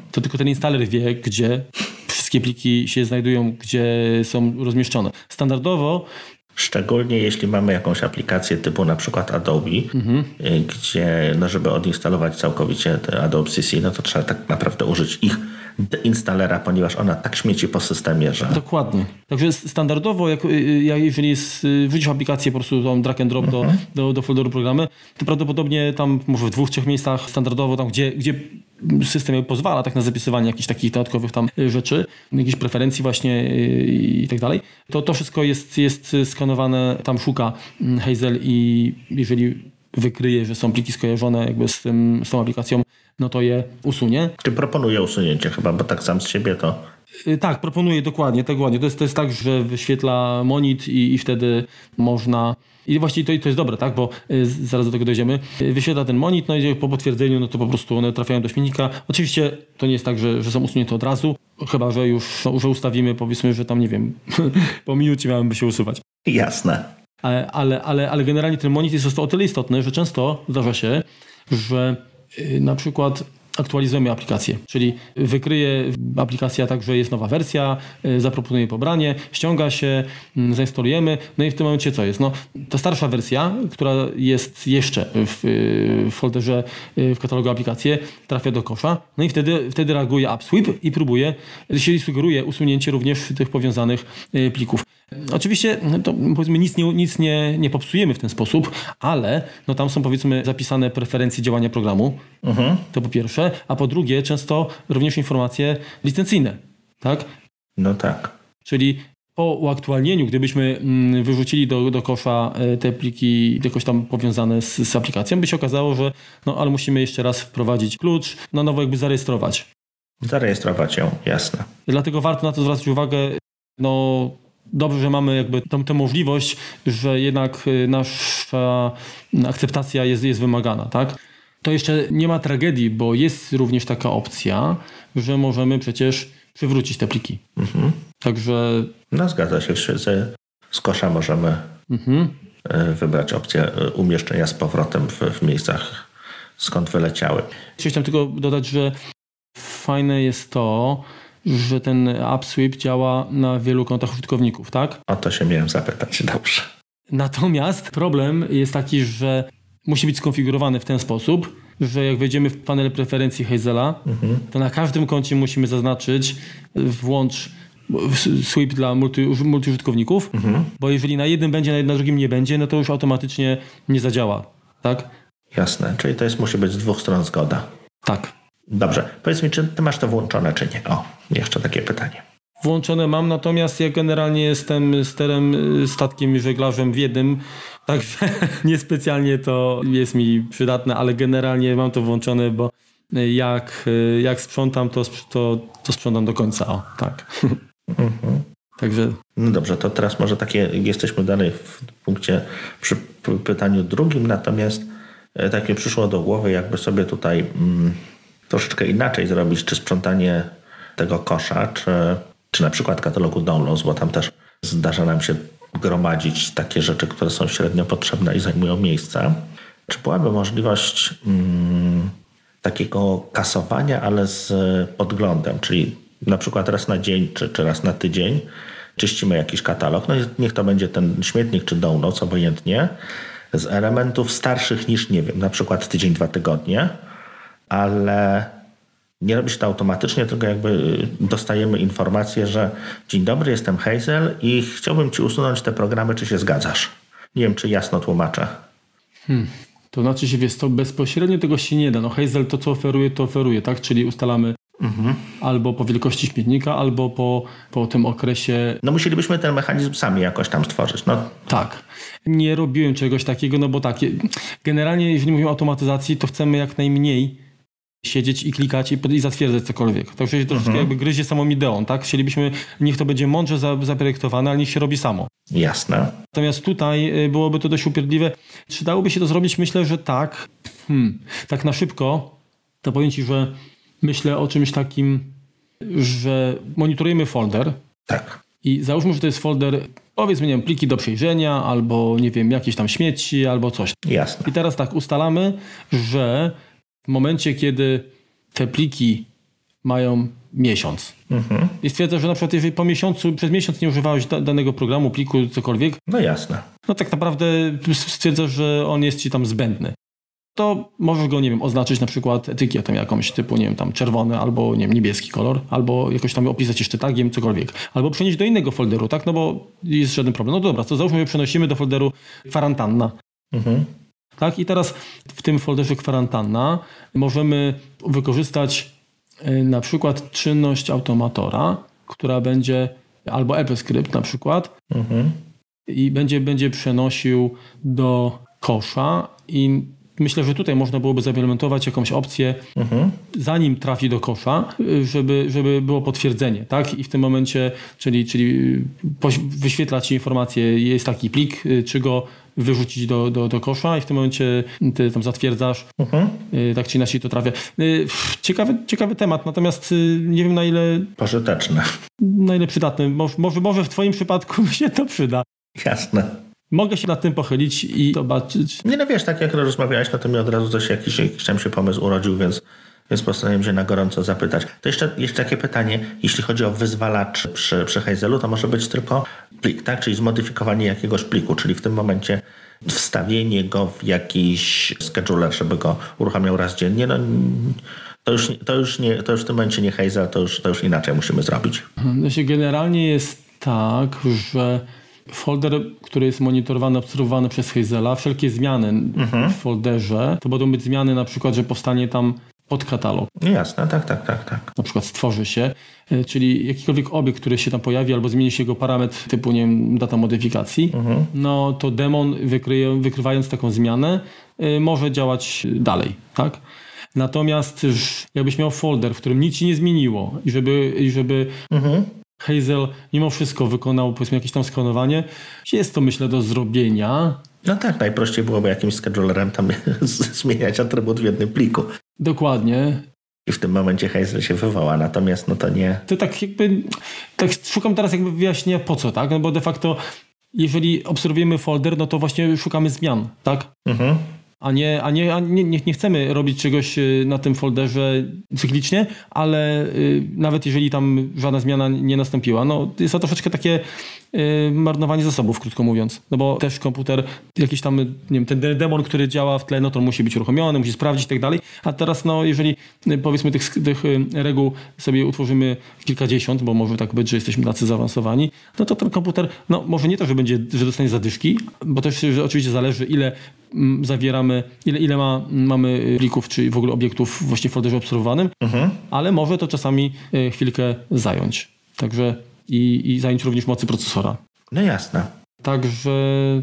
[SPEAKER 2] to tylko ten instaler wie, gdzie wszystkie pliki się znajdują, gdzie są rozmieszczone. Standardowo
[SPEAKER 1] szczególnie jeśli mamy jakąś aplikację typu na przykład Adobe, mhm. gdzie no żeby odinstalować całkowicie te Adobe C C, no to trzeba tak naprawdę użyć ich instalera, ponieważ ona tak śmieci po systemie, że...
[SPEAKER 2] Dokładnie. Także standardowo, jak, jak jeżeli jest, wrzucisz aplikację po prostu tam drag and drop mhm. do, do, do folderu programy, to prawdopodobnie tam może w dwóch, trzech miejscach standardowo, tam gdzie, gdzie system pozwala tak na zapisywanie jakichś takich dodatkowych tam rzeczy, jakichś preferencji właśnie i tak dalej, to to wszystko jest, jest skanowane, tam szuka Hazel i jeżeli wykryje, że są pliki skojarzone jakby z, tym, z tą aplikacją, no to je usunie.
[SPEAKER 1] Czy proponuje usunięcie chyba, bo tak sam z siebie to...
[SPEAKER 2] Yy, tak, proponuje dokładnie, dokładnie. To jest, to jest tak, że wyświetla monit i, i wtedy można... I właściwie to, to jest dobre, tak, bo y, zaraz do tego dojdziemy. Y, wyświetla ten monit, no i po potwierdzeniu, no to po prostu one trafiają do śmietnika. Oczywiście to nie jest tak, że, że są usunięte od razu, chyba że już że ustawimy, powiedzmy, że tam, nie wiem, po minucie miałyby się usuwać.
[SPEAKER 1] Jasne.
[SPEAKER 2] Ale, ale, ale, ale generalnie ten monit jest o tyle istotny, że często zdarza się, że y, na przykład aktualizujemy aplikację, czyli wykryje aplikacja tak, że jest nowa wersja, y, zaproponuje pobranie, ściąga się, y, zainstalujemy, no i w tym momencie co jest? No, ta starsza wersja, która jest jeszcze w, y, w folderze y, w katalogu aplikacje, trafia do kosza, no i wtedy, wtedy reaguje AppSweep i próbuje, się sugeruje usunięcie również tych powiązanych y, plików. Oczywiście to powiedzmy nic, nie, nic nie, nie popsujemy w ten sposób, ale no tam są powiedzmy zapisane preferencje działania programu, mhm. to po pierwsze, a po drugie często również informacje licencyjne, tak?
[SPEAKER 1] No tak.
[SPEAKER 2] Czyli po uaktualnieniu, gdybyśmy mm, wyrzucili do, do kosza te pliki jakoś tam powiązane z, z aplikacją, by się okazało, że no ale musimy jeszcze raz wprowadzić klucz, na nowo jakby zarejestrować.
[SPEAKER 1] Zarejestrować ją, jasne.
[SPEAKER 2] Dlatego warto na to zwracać uwagę, no dobrze, że mamy jakby tą, tę możliwość, że jednak nasza akceptacja jest, jest wymagana, tak? To jeszcze nie ma tragedii, bo jest również taka opcja, że możemy przecież przywrócić te pliki. Mhm. Także...
[SPEAKER 1] No zgadza się, w świecie z kosza możemy mhm. wybrać opcję umieszczenia z powrotem w, w miejscach, skąd wyleciały.
[SPEAKER 2] Chciałem tylko dodać, że fajne jest to, że ten AppSweep działa na wielu kontach użytkowników, tak?
[SPEAKER 1] O to się miałem zapytać, dobrze.
[SPEAKER 2] Natomiast problem jest taki, że musi być skonfigurowany w ten sposób, że jak wejdziemy w panel preferencji Hazela, mhm. to na każdym koncie musimy zaznaczyć włącz sweep dla multi, multiużytkowników, mhm. bo jeżeli na jednym będzie, na drugim nie będzie, no to już automatycznie nie zadziała, tak?
[SPEAKER 1] Jasne, czyli to jest musi być z dwóch stron zgoda.
[SPEAKER 2] Tak.
[SPEAKER 1] Dobrze, powiedz mi, czy ty masz to włączone, czy nie? O, jeszcze takie pytanie.
[SPEAKER 2] Włączone mam, natomiast ja generalnie jestem sterem, statkiem i żeglarzem w jednym, także niespecjalnie to jest mi przydatne, ale generalnie mam to włączone, bo jak, jak sprzątam, to, to, to sprzątam do końca. O, tak. Mhm. Także...
[SPEAKER 1] No dobrze, to teraz może takie, jesteśmy dalej w punkcie przy pytaniu drugim, natomiast tak mi przyszło do głowy, jakby sobie tutaj mm, troszeczkę inaczej zrobić, czy sprzątanie tego kosza, czy, czy na przykład katalogu downloads, bo tam też zdarza nam się gromadzić takie rzeczy, które są średnio potrzebne i zajmują miejsce. Czy byłaby możliwość mm, takiego kasowania, ale z podglądem, czyli na przykład raz na dzień, czy, czy raz na tydzień czyścimy jakiś katalog, no i niech to będzie ten śmietnik, czy downloads, obojętnie, z elementów starszych niż, nie wiem, na przykład tydzień, dwa tygodnie, ale nie robi się to automatycznie, tylko jakby dostajemy informację, że dzień dobry, jestem Hazel i chciałbym ci usunąć te programy, czy się zgadzasz? Nie wiem, czy jasno tłumaczę.
[SPEAKER 2] Hmm. To znaczy się, wiesz, to bezpośrednio tego się nie da. No Hazel to, co oferuje, to oferuje, tak? Czyli ustalamy mhm. albo po wielkości śmietnika, albo po, po tym okresie...
[SPEAKER 1] No musielibyśmy ten mechanizm sami jakoś tam stworzyć. No.
[SPEAKER 2] Tak. Nie robiłem czegoś takiego, no bo tak, generalnie jeżeli mówimy o automatyzacji, to chcemy jak najmniej siedzieć i klikać i, i zatwierdzać cokolwiek. Także się troszeczkę mhm. jakby gryzie samą ideą, tak? Chcielibyśmy, niech to będzie mądrze zaprojektowane, ale niech się robi samo.
[SPEAKER 1] Jasne.
[SPEAKER 2] Natomiast tutaj byłoby to dość upierdliwe. Czy dałoby się to zrobić? Myślę, że tak. Hmm. Tak na szybko, to powiem ci, że myślę o czymś takim, że monitorujemy folder.
[SPEAKER 1] Tak.
[SPEAKER 2] I załóżmy, że to jest folder, powiedzmy, nie wiem, pliki do przejrzenia, albo nie wiem, jakieś tam śmieci, albo coś.
[SPEAKER 1] Jasne.
[SPEAKER 2] I teraz tak, ustalamy, że w momencie, kiedy te pliki mają miesiąc. Mhm. I stwierdza, że na przykład jeżeli po miesiącu, przez miesiąc nie używałeś da, danego programu, pliku, cokolwiek.
[SPEAKER 1] No jasne.
[SPEAKER 2] No tak naprawdę stwierdza, że on jest ci tam zbędny. To możesz go, nie wiem, oznaczyć na przykład etykietą jakąś typu, nie wiem, tam czerwony albo, nie wiem, niebieski kolor, albo jakoś tam opisać jeszcze tagiem, cokolwiek. Albo przenieść do innego folderu, tak? No bo jest żaden problem. No dobra, to załóżmy, że przenosimy do folderu kwarantanna. Mhm. Tak? I teraz w tym folderze kwarantanna możemy wykorzystać y, na przykład czynność automatora, która będzie, albo AppleScript na przykład, mhm. i będzie, będzie przenosił do kosza i myślę, że tutaj można byłoby zaimplementować jakąś opcję, mhm. zanim trafi do kosza, żeby, żeby było potwierdzenie, tak? I w tym momencie, czyli, czyli wyświetla ci informację, jest taki plik, czy go wyrzucić do, do, do kosza i w tym momencie ty tam zatwierdzasz, mhm. tak czy inaczej to trafia. Ciekawy, ciekawy temat, natomiast nie wiem na ile...
[SPEAKER 1] Pożyteczny.
[SPEAKER 2] Na ile przydatny. Może, może w twoim przypadku się to przyda.
[SPEAKER 1] Jasne.
[SPEAKER 2] Mogę się nad tym pochylić i zobaczyć.
[SPEAKER 1] Nie no wiesz, tak jak rozmawiałeś, no to mi od razu coś jakiś, jakiś tam się pomysł urodził, więc, więc postanowiłem się na gorąco zapytać. To jeszcze, jeszcze takie pytanie, jeśli chodzi o wyzwalacz przy, przy Hazelu, to może być tylko plik, tak? Czyli zmodyfikowanie jakiegoś pliku, czyli w tym momencie wstawienie go w jakiś scheduler, żeby go uruchamiał raz dziennie. No, to, już, to, już nie, to już w tym momencie nie Hazel, to już, to już inaczej musimy zrobić.
[SPEAKER 2] Znaczy generalnie jest tak, że folder, który jest monitorowany, obserwowany przez Hazela, wszelkie zmiany mhm. w folderze, to będą być zmiany na przykład, że powstanie tam podkatalog.
[SPEAKER 1] Jasne, tak, tak, tak, tak.
[SPEAKER 2] Na przykład stworzy się, czyli jakikolwiek obiekt, który się tam pojawi, albo zmieni się jego parametr typu, nie wiem, data modyfikacji, mhm. no to demon wykryje, wykrywając taką zmianę może działać dalej, tak? Natomiast jakbyś miał folder, w którym nic się nie zmieniło i żeby, i żeby mhm. Hazel mimo wszystko wykonał, powiedzmy, jakieś tam skanowanie. Jest to, myślę, do zrobienia.
[SPEAKER 1] No tak, najprościej byłoby jakimś schedulerem tam zmieniać atrybut w jednym pliku.
[SPEAKER 2] Dokładnie.
[SPEAKER 1] I w tym momencie Hazel się wywoła, natomiast no to nie...
[SPEAKER 2] To tak jakby, tak szukam teraz jakby wyjaśnienia po co, tak? No bo de facto, jeżeli obserwujemy folder, no to właśnie szukamy zmian, tak? Mhm. A, nie, a, nie, a nie, nie, nie chcemy robić czegoś na tym folderze cyklicznie, ale y, nawet jeżeli tam żadna zmiana nie nastąpiła, no jest to troszeczkę takie y, marnowanie zasobów, krótko mówiąc. No bo też komputer, jakiś tam, nie wiem, ten demon, który działa w tle, no to musi być uruchomiony, musi sprawdzić i tak dalej. A teraz, no jeżeli y, powiedzmy tych, tych y, reguł sobie utworzymy kilkadziesiąt, bo może tak być, że jesteśmy tacy zaawansowani, no to ten komputer, no może nie to, że będzie, że dostanie zadyszki, bo też że oczywiście zależy, ile zawieramy, ile, ile ma, mamy plików, czy w ogóle obiektów właśnie w folderze obserwowanym, mhm. ale może to czasami chwilkę zająć. Także i, i zająć również mocy procesora.
[SPEAKER 1] No jasne.
[SPEAKER 2] Także...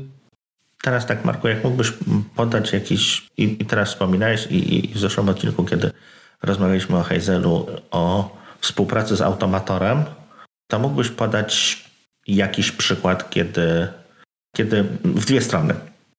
[SPEAKER 1] Teraz tak, Marku, jak mógłbyś podać jakiś, i, i teraz wspominałeś i, i w zeszłym odcinku, kiedy rozmawialiśmy o Hazelu, o współpracy z automatorem, to mógłbyś podać jakiś przykład, kiedy, kiedy w dwie strony.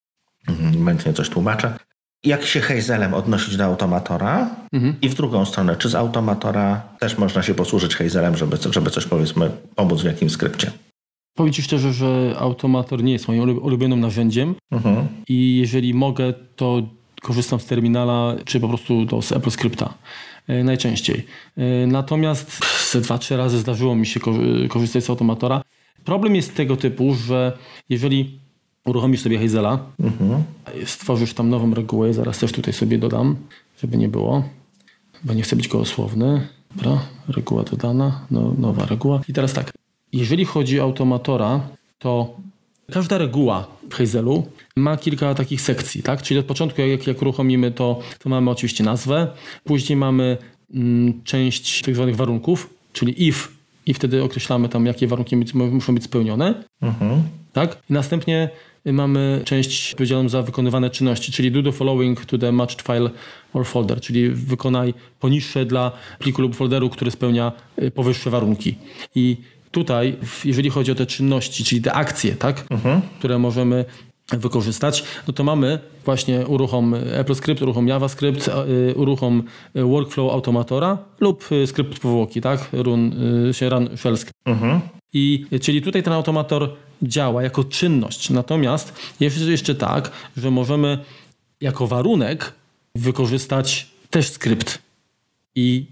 [SPEAKER 1] Mętnie coś tłumaczę. Jak się Hazelem odnosić do automatora mhm. i w drugą stronę, czy z automatora też można się posłużyć Hazelem, żeby, żeby coś, powiedzmy, pomóc w jakimś skrypcie?
[SPEAKER 2] Powiem ci szczerze, że automator nie jest moim ulubionym narzędziem mhm. i jeżeli mogę, to korzystam z terminala, czy po prostu to z AppleScripta e, najczęściej. E, natomiast ze dwa, trzy razy zdarzyło mi się korzystać z automatora. Problem jest tego typu, że jeżeli uruchomisz sobie Hazela, mhm. stworzysz tam nową regułę, zaraz też tutaj sobie dodam, żeby nie było, bo nie chcę być gołosłowny. Dobra, reguła dodana, no, nowa reguła. I teraz tak, jeżeli chodzi o automatora, to każda reguła w Hazelu ma kilka takich sekcji, tak? Czyli od początku, jak, jak uruchomimy to, to mamy oczywiście nazwę, później mamy mm, część tak zwanych warunków, czyli if, i wtedy określamy tam, jakie warunki muszą być spełnione. Mhm. Tak? I następnie mamy część odpowiedzialną za wykonywane czynności, czyli do the following to the matched file or folder, czyli wykonaj poniższe dla pliku lub folderu, który spełnia powyższe warunki. I tutaj, jeżeli chodzi o te czynności, czyli te akcje, tak, mhm. które możemy wykorzystać, no to mamy właśnie uruchom AppleScript, uruchom JavaScript, uruchom workflow automatora lub skrypt powłoki, tak, run, run shell script. Mhm. I czyli tutaj ten automator działa jako czynność. Natomiast jest jeszcze tak, że możemy jako warunek wykorzystać też skrypt. I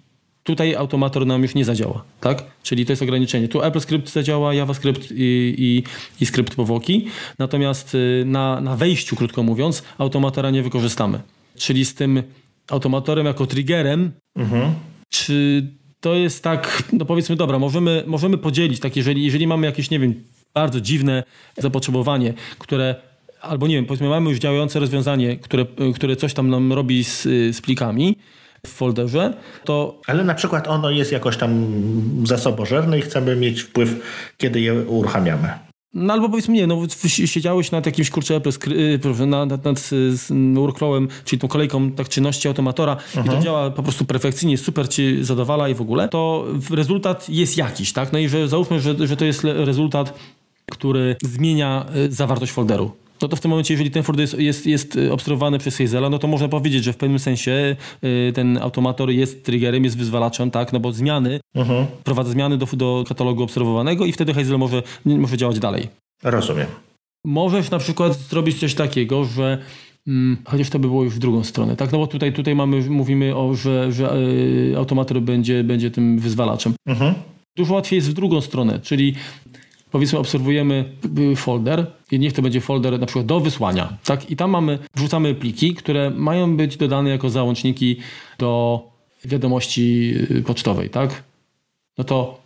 [SPEAKER 2] Tutaj automator nam już nie zadziała, tak? Czyli to jest ograniczenie. Tu AppleScript zadziała, JavaScript i, i, i skrypt powłoki, natomiast na, na wejściu, krótko mówiąc, automatora nie wykorzystamy. Czyli z tym automatorem jako triggerem, mhm. czy to jest tak, no powiedzmy, dobra, możemy, możemy podzielić, tak, jeżeli, jeżeli mamy jakieś, nie wiem, bardzo dziwne zapotrzebowanie, które, albo nie wiem, powiedzmy, mamy już działające rozwiązanie, które, które coś tam nam robi z, z plikami w folderze, to...
[SPEAKER 1] Ale na przykład ono jest jakoś tam zasobożerne i chcemy mieć wpływ, kiedy je uruchamiamy.
[SPEAKER 2] No albo powiedzmy nie, no siedziałeś nad jakimś kurczę nad, nad, nad workflowem, czyli tą kolejką tak czynności automatora mhm. i to działa po prostu perfekcyjnie, super ci zadowala i w ogóle, to rezultat jest jakiś, tak? No i że załóżmy, że, że to jest rezultat, który zmienia zawartość folderu. No to w tym momencie, jeżeli ten folder jest, jest, jest obserwowany przez Hazela, no to można powiedzieć, że w pewnym sensie y, ten automator jest triggerem, jest wyzwalaczem, tak? No bo zmiany, mhm. prowadza zmiany do, do katalogu obserwowanego i wtedy Hazel może, może działać dalej.
[SPEAKER 1] Rozumiem.
[SPEAKER 2] Możesz na przykład zrobić coś takiego, że mm, chociaż to by było już w drugą stronę, tak? No bo tutaj, tutaj mamy, mówimy o, że, że y, automator będzie, będzie tym wyzwalaczem. Mhm. Dużo łatwiej jest w drugą stronę, czyli powiedzmy obserwujemy folder i niech to będzie folder na przykład do wysłania, tak? I tam mamy, wrzucamy pliki, które mają być dodane jako załączniki do wiadomości pocztowej, tak? No to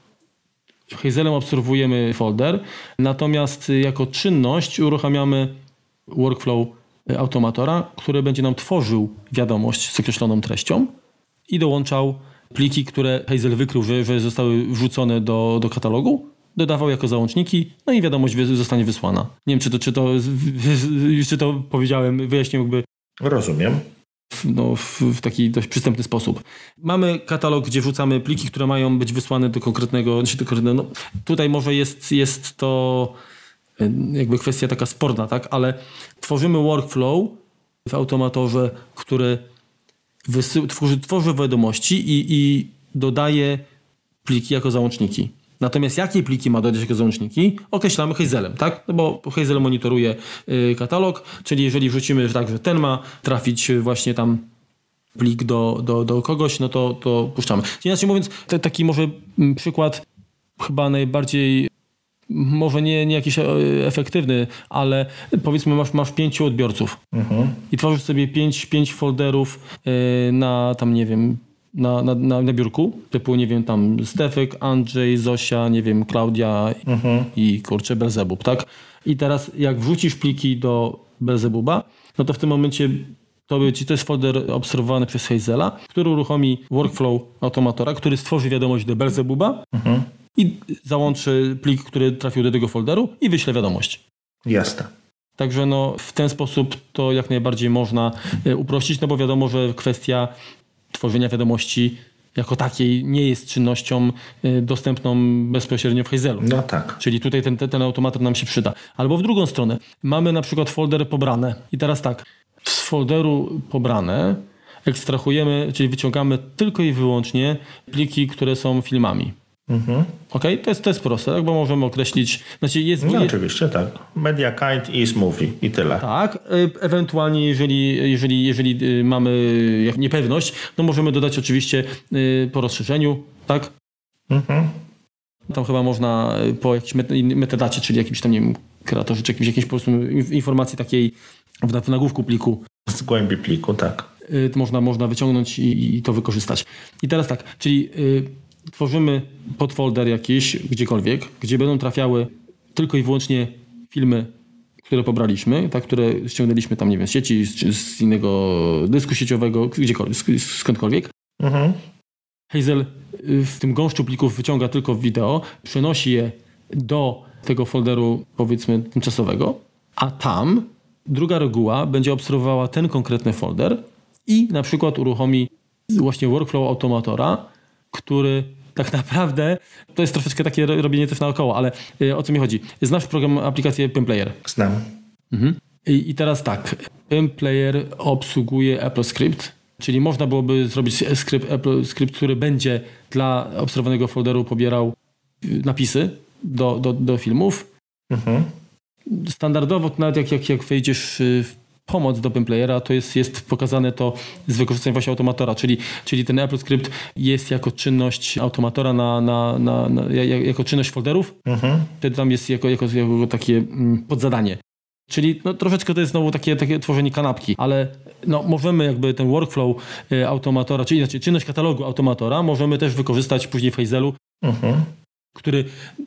[SPEAKER 2] Hazelem obserwujemy folder, natomiast jako czynność uruchamiamy workflow automatora, który będzie nam tworzył wiadomość z określoną treścią i dołączał pliki, które Hazel wykrył, że, że zostały wrzucone do, do katalogu, dodawał jako załączniki, no i wiadomość zostanie wysłana. Nie wiem, czy to, czy to, czy to powiedziałem, wyjaśniłem jakby...
[SPEAKER 1] Rozumiem.
[SPEAKER 2] No, w, w taki dość przystępny sposób. Mamy katalog, gdzie wrzucamy pliki, które mają być wysłane do konkretnego... Czy do konkretnego no, tutaj może jest, jest to jakby kwestia taka sporna, tak? Ale tworzymy workflow w automatorze, który wysy- tworzy, tworzy wiadomości i, i dodaje pliki jako załączniki. Natomiast jakie pliki ma dodać jako załączniki, określamy Hazelem, tak? No bo Hazel monitoruje y, katalog, czyli jeżeli wrzucimy tak, że ten ma trafić właśnie tam plik do, do, do kogoś, no to, to puszczamy. Inaczej mówiąc, te, taki może przykład chyba najbardziej, może nie, nie jakiś efektywny, ale powiedzmy masz, masz pięciu odbiorców mhm. i tworzysz sobie pięć, pięć folderów y, na tam, nie wiem, Na, na, na, na biurku, typu, nie wiem, tam Stefek, Andrzej, Zosia, nie wiem, Klaudia mhm. i kurczę, Belzebub, tak? I teraz jak wrzucisz pliki do Belzebuba, no to w tym momencie to, będzie, to jest folder obserwowany przez Hazela, który uruchomi workflow automatora, który stworzy wiadomość do Belzebuba mhm. i załączy plik, który trafił do tego folderu i wyśle wiadomość.
[SPEAKER 1] Jasne.
[SPEAKER 2] Także no, w ten sposób to jak najbardziej można uprościć, no bo wiadomo, że kwestia tworzenia wiadomości jako takiej nie jest czynnością dostępną bezpośrednio w Hazelu.
[SPEAKER 1] No tak.
[SPEAKER 2] Czyli tutaj ten, ten automator nam się przyda. Albo w drugą stronę. Mamy na przykład folder pobrane. I teraz tak. Z folderu pobrane ekstrahujemy, czyli wyciągamy tylko i wyłącznie pliki, które są filmami. Mhm. Okej? To jest, to jest proste, tak? Bo możemy określić... Znaczy jest,
[SPEAKER 1] no
[SPEAKER 2] jest,
[SPEAKER 1] oczywiście, tak. Media kind is movie i tyle.
[SPEAKER 2] Tak. Ewentualnie jeżeli, jeżeli, jeżeli mamy niepewność, to możemy dodać oczywiście po rozszerzeniu, tak? Mhm. Tam chyba można po jakiejś metadacie, czyli jakimś tam, nie wiem, kreatorze, czy jakimś, jakiejś po prostu informacji takiej w nagłówku pliku.
[SPEAKER 1] Z głębi pliku, tak.
[SPEAKER 2] To można, można wyciągnąć i, i to wykorzystać. I teraz tak, czyli... tworzymy podfolder jakiś, gdziekolwiek, gdzie będą trafiały tylko i wyłącznie filmy, które pobraliśmy, tak, które ściągnęliśmy tam, nie wiem, z sieci, z, z innego dysku sieciowego, gdziekolwiek, skądkolwiek. Mhm. Hazel w tym gąszczu plików wyciąga tylko wideo, przenosi je do tego folderu, powiedzmy, tymczasowego, a tam druga reguła będzie obserwowała ten konkretny folder i na przykład uruchomi właśnie workflow automatora, który tak naprawdę, to jest troszeczkę takie robienie też naokoło, ale y, o co mi chodzi? Znasz program, aplikację PimPlayer?
[SPEAKER 1] Znam.
[SPEAKER 2] Mhm. I, I teraz tak, PimPlayer obsługuje AppleScript, czyli można byłoby zrobić skrypt, AppleScript, który będzie dla obserwowanego folderu pobierał napisy do, do, do filmów. Mhm. Standardowo, nawet jak, jak, jak wejdziesz w pomoc do OpenPlayera, to jest, jest pokazane to z wykorzystaniem właśnie automatora, czyli, czyli ten AppleScript jest jako czynność automatora na, na, na, na jako czynność folderów, mhm. wtedy tam jest jako, jako, jako takie mm, podzadanie. Czyli no, troszeczkę to jest znowu takie, takie tworzenie kanapki, ale no, możemy jakby ten workflow y, automatora, czyli znaczy czynność katalogu automatora możemy też wykorzystać później w Hazelu, mhm. który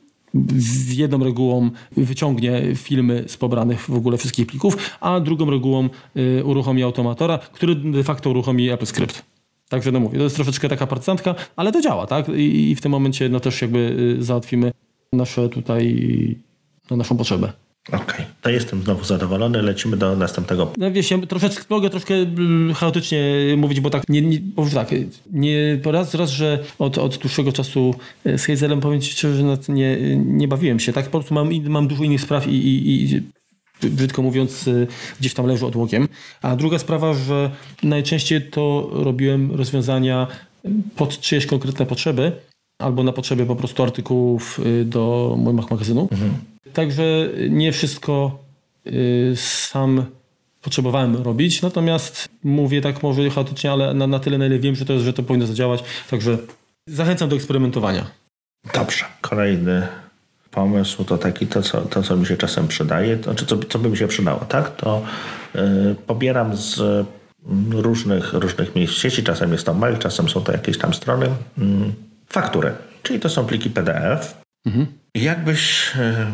[SPEAKER 2] z jedną regułą wyciągnie filmy z pobranych w ogóle wszystkich plików, a drugą regułą y, uruchomi automatora, który de facto uruchomi AppleScript. Także no mówię, to jest troszeczkę taka partyzantka, ale to działa, tak? I, i w tym momencie no też jakby y, załatwimy nasze tutaj, no, naszą potrzebę.
[SPEAKER 1] Okej, okay. To jestem znowu zadowolony, lecimy do następnego.
[SPEAKER 2] No wiesz, ja troszeczkę mogę troszkę chaotycznie mówić, bo tak, nie, nie, bo tak, nie, raz, raz, że od, od dłuższego czasu z Hazelem, powiem ci szczerze, że nie, nie bawiłem się, tak, po prostu mam, mam dużo innych spraw i, i, i brzydko mówiąc gdzieś tam leży odłokiem. A druga sprawa, że najczęściej to robiłem rozwiązania pod czyjeś konkretne potrzeby, albo na potrzeby po prostu artykułów do mojego magazynu. Mhm. Także nie wszystko y, sam potrzebowałem robić, natomiast mówię tak może chaotycznie, ale na, na tyle, na ile wiem, że to, że to powinno zadziałać. Także zachęcam do eksperymentowania.
[SPEAKER 1] Dobrze. Kolejny pomysł to taki, to co, to, co mi się czasem przydaje, to, czy co, co by mi się przydało, tak? To y, pobieram z różnych, różnych miejsc w sieci, czasem jest to mail, czasem są to jakieś tam strony, y, faktury, czyli to są pliki P D F. Mhm. Jakbyś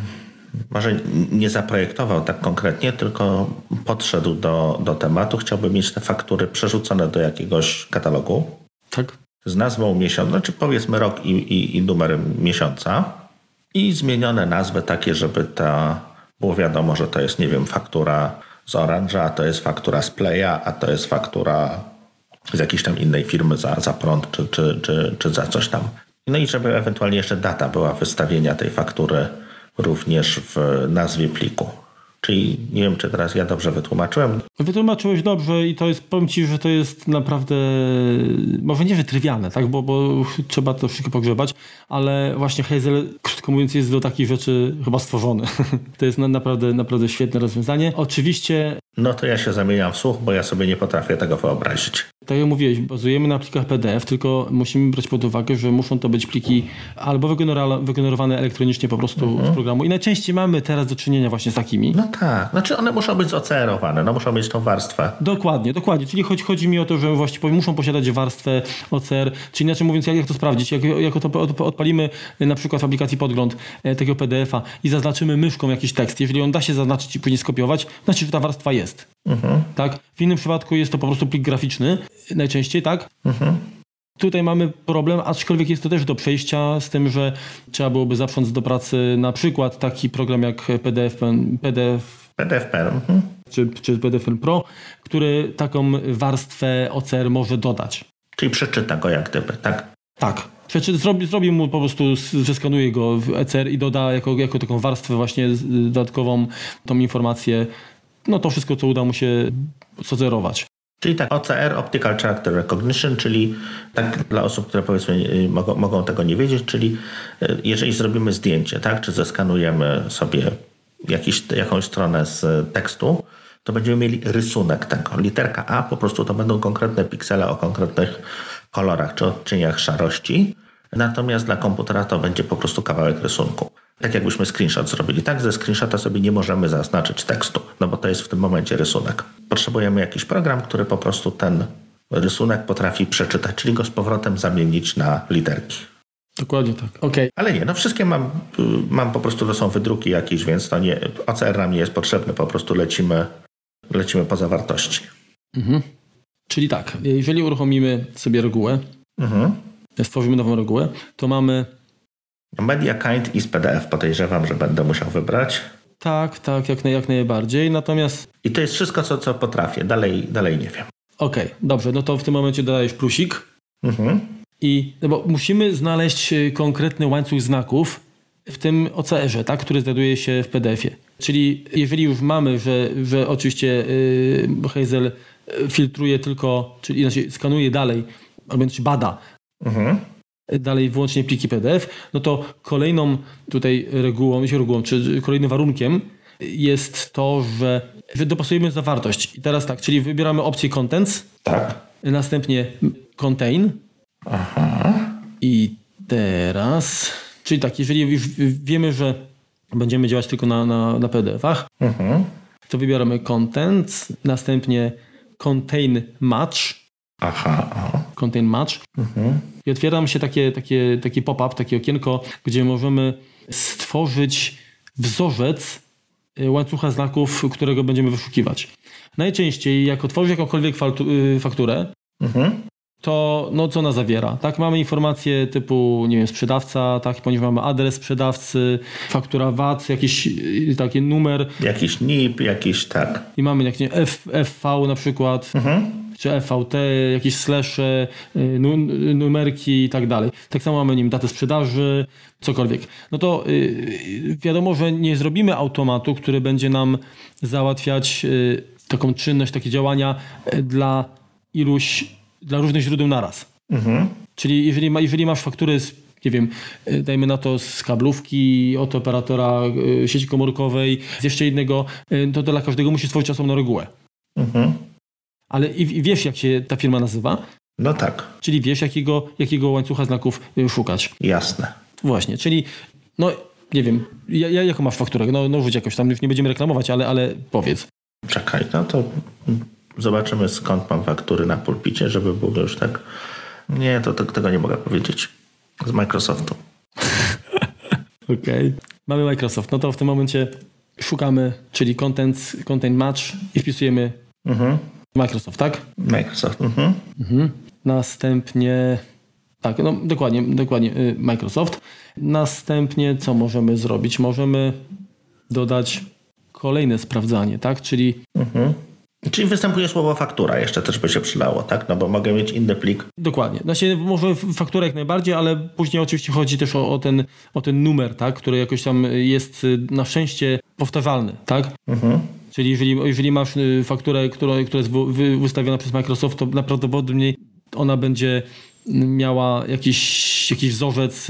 [SPEAKER 1] może nie zaprojektował tak konkretnie, tylko podszedł do, do tematu, chciałby mieć te faktury przerzucone do jakiegoś katalogu.
[SPEAKER 2] Tak.
[SPEAKER 1] Z nazwą miesiąca, znaczy powiedzmy rok i, i, i numerem miesiąca i zmienione nazwy takie, żeby ta było wiadomo, że to jest, nie wiem, faktura z Orange'a, a to jest faktura z Playa, a to jest faktura z jakiejś tam innej firmy za, za prąd czy, czy, czy, czy za coś tam. No i żeby ewentualnie jeszcze data była wystawienia tej faktury również w nazwie pliku. Czyli nie wiem, czy teraz ja dobrze wytłumaczyłem.
[SPEAKER 2] Wytłumaczyłeś dobrze i to jest, powiem ci, że to jest naprawdę, może nie, że trywialne, tak, bo, bo trzeba to wszystko pogrzebać, ale właśnie Hazel, krótko mówiąc, jest do takich rzeczy chyba stworzony. To jest na, naprawdę, naprawdę świetne rozwiązanie. Oczywiście...
[SPEAKER 1] No to ja się zamieniam w słuch, bo ja sobie nie potrafię tego wyobrazić.
[SPEAKER 2] Tak jak mówiłeś, bazujemy na plikach P D F, tylko musimy brać pod uwagę, że muszą to być pliki albo wygenerowane elektronicznie po prostu mhm. z programu i najczęściej mamy teraz do czynienia właśnie z takimi.
[SPEAKER 1] No tak, znaczy one muszą być zocerowane, no muszą mieć tą warstwę.
[SPEAKER 2] Dokładnie, dokładnie, czyli chodzi, chodzi mi o to, że właściwie muszą posiadać warstwę O C R, czyli inaczej mówiąc, jak, jak to sprawdzić, jak, jak to odpalimy na przykład w aplikacji Podgląd takiego P D F-a i zaznaczymy myszką jakiś tekst, jeżeli on da się zaznaczyć i później skopiować, znaczy, że ta warstwa jest. Mhm. Tak? W innym przypadku jest to po prostu plik graficzny, najczęściej, tak? Mhm. Tutaj mamy problem, aczkolwiek jest to też do przejścia z tym, że trzeba byłoby zaprząc do pracy na przykład taki program jak P D F, P D F,
[SPEAKER 1] P D F Pen, mhm.
[SPEAKER 2] czy, czy P D F Pen Pro, który taką warstwę O C R może dodać.
[SPEAKER 1] Czyli przeczyta go jak gdyby, tak?
[SPEAKER 2] Tak. Zrobi, zrobi mu po prostu, zeskanuje go w E C R i doda jako, jako taką warstwę właśnie dodatkową tą informację, no to wszystko, co uda mu się socerować.
[SPEAKER 1] Czyli tak, O C R, Optical Character Recognition, czyli tak dla osób, które powiedzmy mogą, mogą tego nie wiedzieć, czyli jeżeli zrobimy zdjęcie, tak, czy zeskanujemy sobie jakiś, jakąś stronę z tekstu, to będziemy mieli rysunek tego. Literka A po prostu to będą konkretne piksele o konkretnych kolorach czy odcieniach szarości, natomiast dla komputera to będzie po prostu kawałek rysunku. Tak jakbyśmy screenshot zrobili. Tak, ze screenshota sobie nie możemy zaznaczyć tekstu, no bo to jest w tym momencie rysunek. Potrzebujemy jakiś program, który po prostu ten rysunek potrafi przeczytać, czyli go z powrotem zamienić na literki.
[SPEAKER 2] Dokładnie tak. Okay.
[SPEAKER 1] Ale nie, no wszystkie mam, mam po prostu, to są wydruki jakieś, więc to nie, O C R nam nie jest potrzebny, po prostu lecimy, lecimy po zawartości.
[SPEAKER 2] Mhm. Czyli tak, jeżeli uruchomimy sobie regułę, mhm. stworzymy nową regułę, to mamy
[SPEAKER 1] Media Kind i z P D F podejrzewam, że będę musiał wybrać.
[SPEAKER 2] Tak, tak, jak, jak najbardziej. Natomiast...
[SPEAKER 1] I to jest wszystko, co, co potrafię. Dalej, dalej nie wiem.
[SPEAKER 2] Okej, okay, dobrze. No to w tym momencie dodajesz plusik. Mhm. I, no bo musimy znaleźć konkretny łańcuch znaków w tym O C R-ze, tak, który znajduje się w P D F-ie. Czyli jeżeli już mamy, że, że oczywiście yy, Hazel filtruje tylko, czyli inaczej skanuje dalej, albo inaczej bada, mhm. dalej wyłącznie pliki P D F, no to kolejną tutaj regułą, regułą, czy kolejnym warunkiem jest to, że dopasujemy zawartość. I teraz tak, czyli wybieramy opcję contents,
[SPEAKER 1] Tak.
[SPEAKER 2] następnie contain.
[SPEAKER 1] Aha.
[SPEAKER 2] I teraz, czyli tak, jeżeli już wiemy, że będziemy działać tylko na, na, na P D F-ach,
[SPEAKER 1] Mhm.
[SPEAKER 2] to wybieramy content, następnie contain match.
[SPEAKER 1] Aha. Aha.
[SPEAKER 2] Contain match.
[SPEAKER 1] Mhm.
[SPEAKER 2] I otwiera nam się takie, takie, taki pop-up, takie okienko, gdzie możemy stworzyć wzorzec łańcucha znaków, którego będziemy wyszukiwać. Najczęściej, jak otworzysz jakąkolwiek fakturę,
[SPEAKER 1] Mhm.
[SPEAKER 2] to no, co ona zawiera? Tak, mamy informacje typu, nie wiem, sprzedawca, tak, ponieważ mamy adres sprzedawcy, faktura V A T, jakiś taki numer.
[SPEAKER 1] Jakiś N I P, jakiś tak.
[SPEAKER 2] I mamy jak nie, F, FV na przykład,
[SPEAKER 1] Mhm.
[SPEAKER 2] czy F V T, jakieś slesze, nu, numerki i tak dalej. Tak samo mamy, nie wiem, datę sprzedaży, cokolwiek. No to yy, wiadomo, że nie zrobimy automatu, który będzie nam załatwiać yy, taką czynność, takie działania yy, dla iluś, dla różnych źródeł naraz.
[SPEAKER 1] Mhm.
[SPEAKER 2] Czyli jeżeli, ma, jeżeli masz faktury z, nie wiem, yy, dajmy na to z kablówki, od operatora yy, sieci komórkowej, z jeszcze innego, yy, to dla każdego musisz stworzyć osobną regułę.
[SPEAKER 1] Mhm.
[SPEAKER 2] Ale i, i wiesz, jak się ta firma nazywa?
[SPEAKER 1] No tak.
[SPEAKER 2] Czyli wiesz, jakiego, jakiego łańcucha znaków y, szukać.
[SPEAKER 1] Jasne.
[SPEAKER 2] Właśnie, czyli no nie wiem, ja, ja, jaką masz fakturę? No, no rzuć jakoś tam, już nie będziemy reklamować, ale, ale powiedz.
[SPEAKER 1] Czekaj, no to zobaczymy, skąd mam faktury na pulpicie, żeby było już tak. Nie, to, to tego nie mogę powiedzieć. Z Microsoftu.
[SPEAKER 2] Okej. Okay. Mamy Microsoft. No to w tym momencie szukamy, czyli content, content match i wpisujemy
[SPEAKER 1] Mhm.
[SPEAKER 2] Microsoft, tak?
[SPEAKER 1] Microsoft. Mhm.
[SPEAKER 2] Mhm. Następnie tak, no dokładnie, dokładnie y, Microsoft. Następnie co możemy zrobić? Możemy dodać kolejne sprawdzanie, tak? Czyli
[SPEAKER 1] Mhm. Czyli występuje słowo faktura, jeszcze też by się przydało, tak? No bo mogę mieć inny plik.
[SPEAKER 2] dokładnie. Znaczy, może faktura jak najbardziej, ale później oczywiście chodzi też o, o, ten, o ten numer, tak? Który jakoś tam jest na szczęście powtarzalny, tak?
[SPEAKER 1] Mhm.
[SPEAKER 2] Czyli jeżeli, jeżeli masz fakturę, która, która jest wy, wystawiona przez Microsoft, to najprawdopodobniej ona będzie miała jakiś, jakiś wzorzec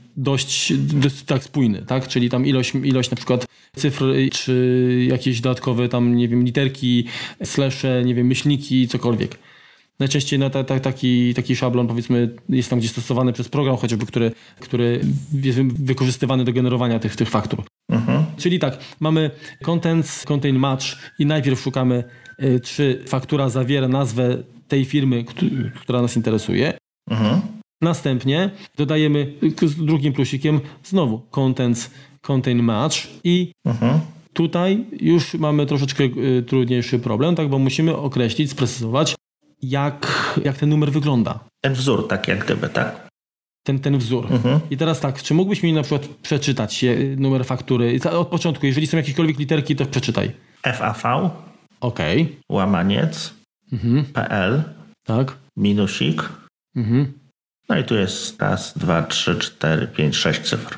[SPEAKER 2] dość, dość tak spójny, tak? Czyli tam ilość, ilość na przykład cyfr, czy jakieś dodatkowe tam, nie wiem, literki, slesze, nie wiem, myślniki, cokolwiek. Najczęściej no, ta, ta, taki, taki szablon, powiedzmy, jest tam gdzieś stosowany przez program chociażby, który, który jest wykorzystywany do generowania tych, tych faktur.
[SPEAKER 1] Mhm.
[SPEAKER 2] Czyli tak, mamy contents, contain match i najpierw szukamy, y, czy faktura zawiera nazwę tej firmy, k- która nas interesuje.
[SPEAKER 1] Mhm.
[SPEAKER 2] Następnie dodajemy z drugim plusikiem znowu contents, contain match i
[SPEAKER 1] Mhm.
[SPEAKER 2] tutaj już mamy troszeczkę y, trudniejszy problem, tak, bo musimy określić, sprecyzować, jak, jak ten numer wygląda.
[SPEAKER 1] Ten wzór, tak jak gdyby, tak?
[SPEAKER 2] Ten, ten wzór.
[SPEAKER 1] Mhm.
[SPEAKER 2] I teraz tak, czy mógłbyś mi na przykład przeczytać y, numer faktury? Od początku, jeżeli są jakiekolwiek literki, to przeczytaj.
[SPEAKER 1] F A V,
[SPEAKER 2] Okej. Okay.
[SPEAKER 1] łamaniec,
[SPEAKER 2] Mhm.
[SPEAKER 1] P L,
[SPEAKER 2] Tak.
[SPEAKER 1] minusik.
[SPEAKER 2] Mhm.
[SPEAKER 1] No i tu jest raz, dwa, trzy, cztery, pięć, sześć cyfr.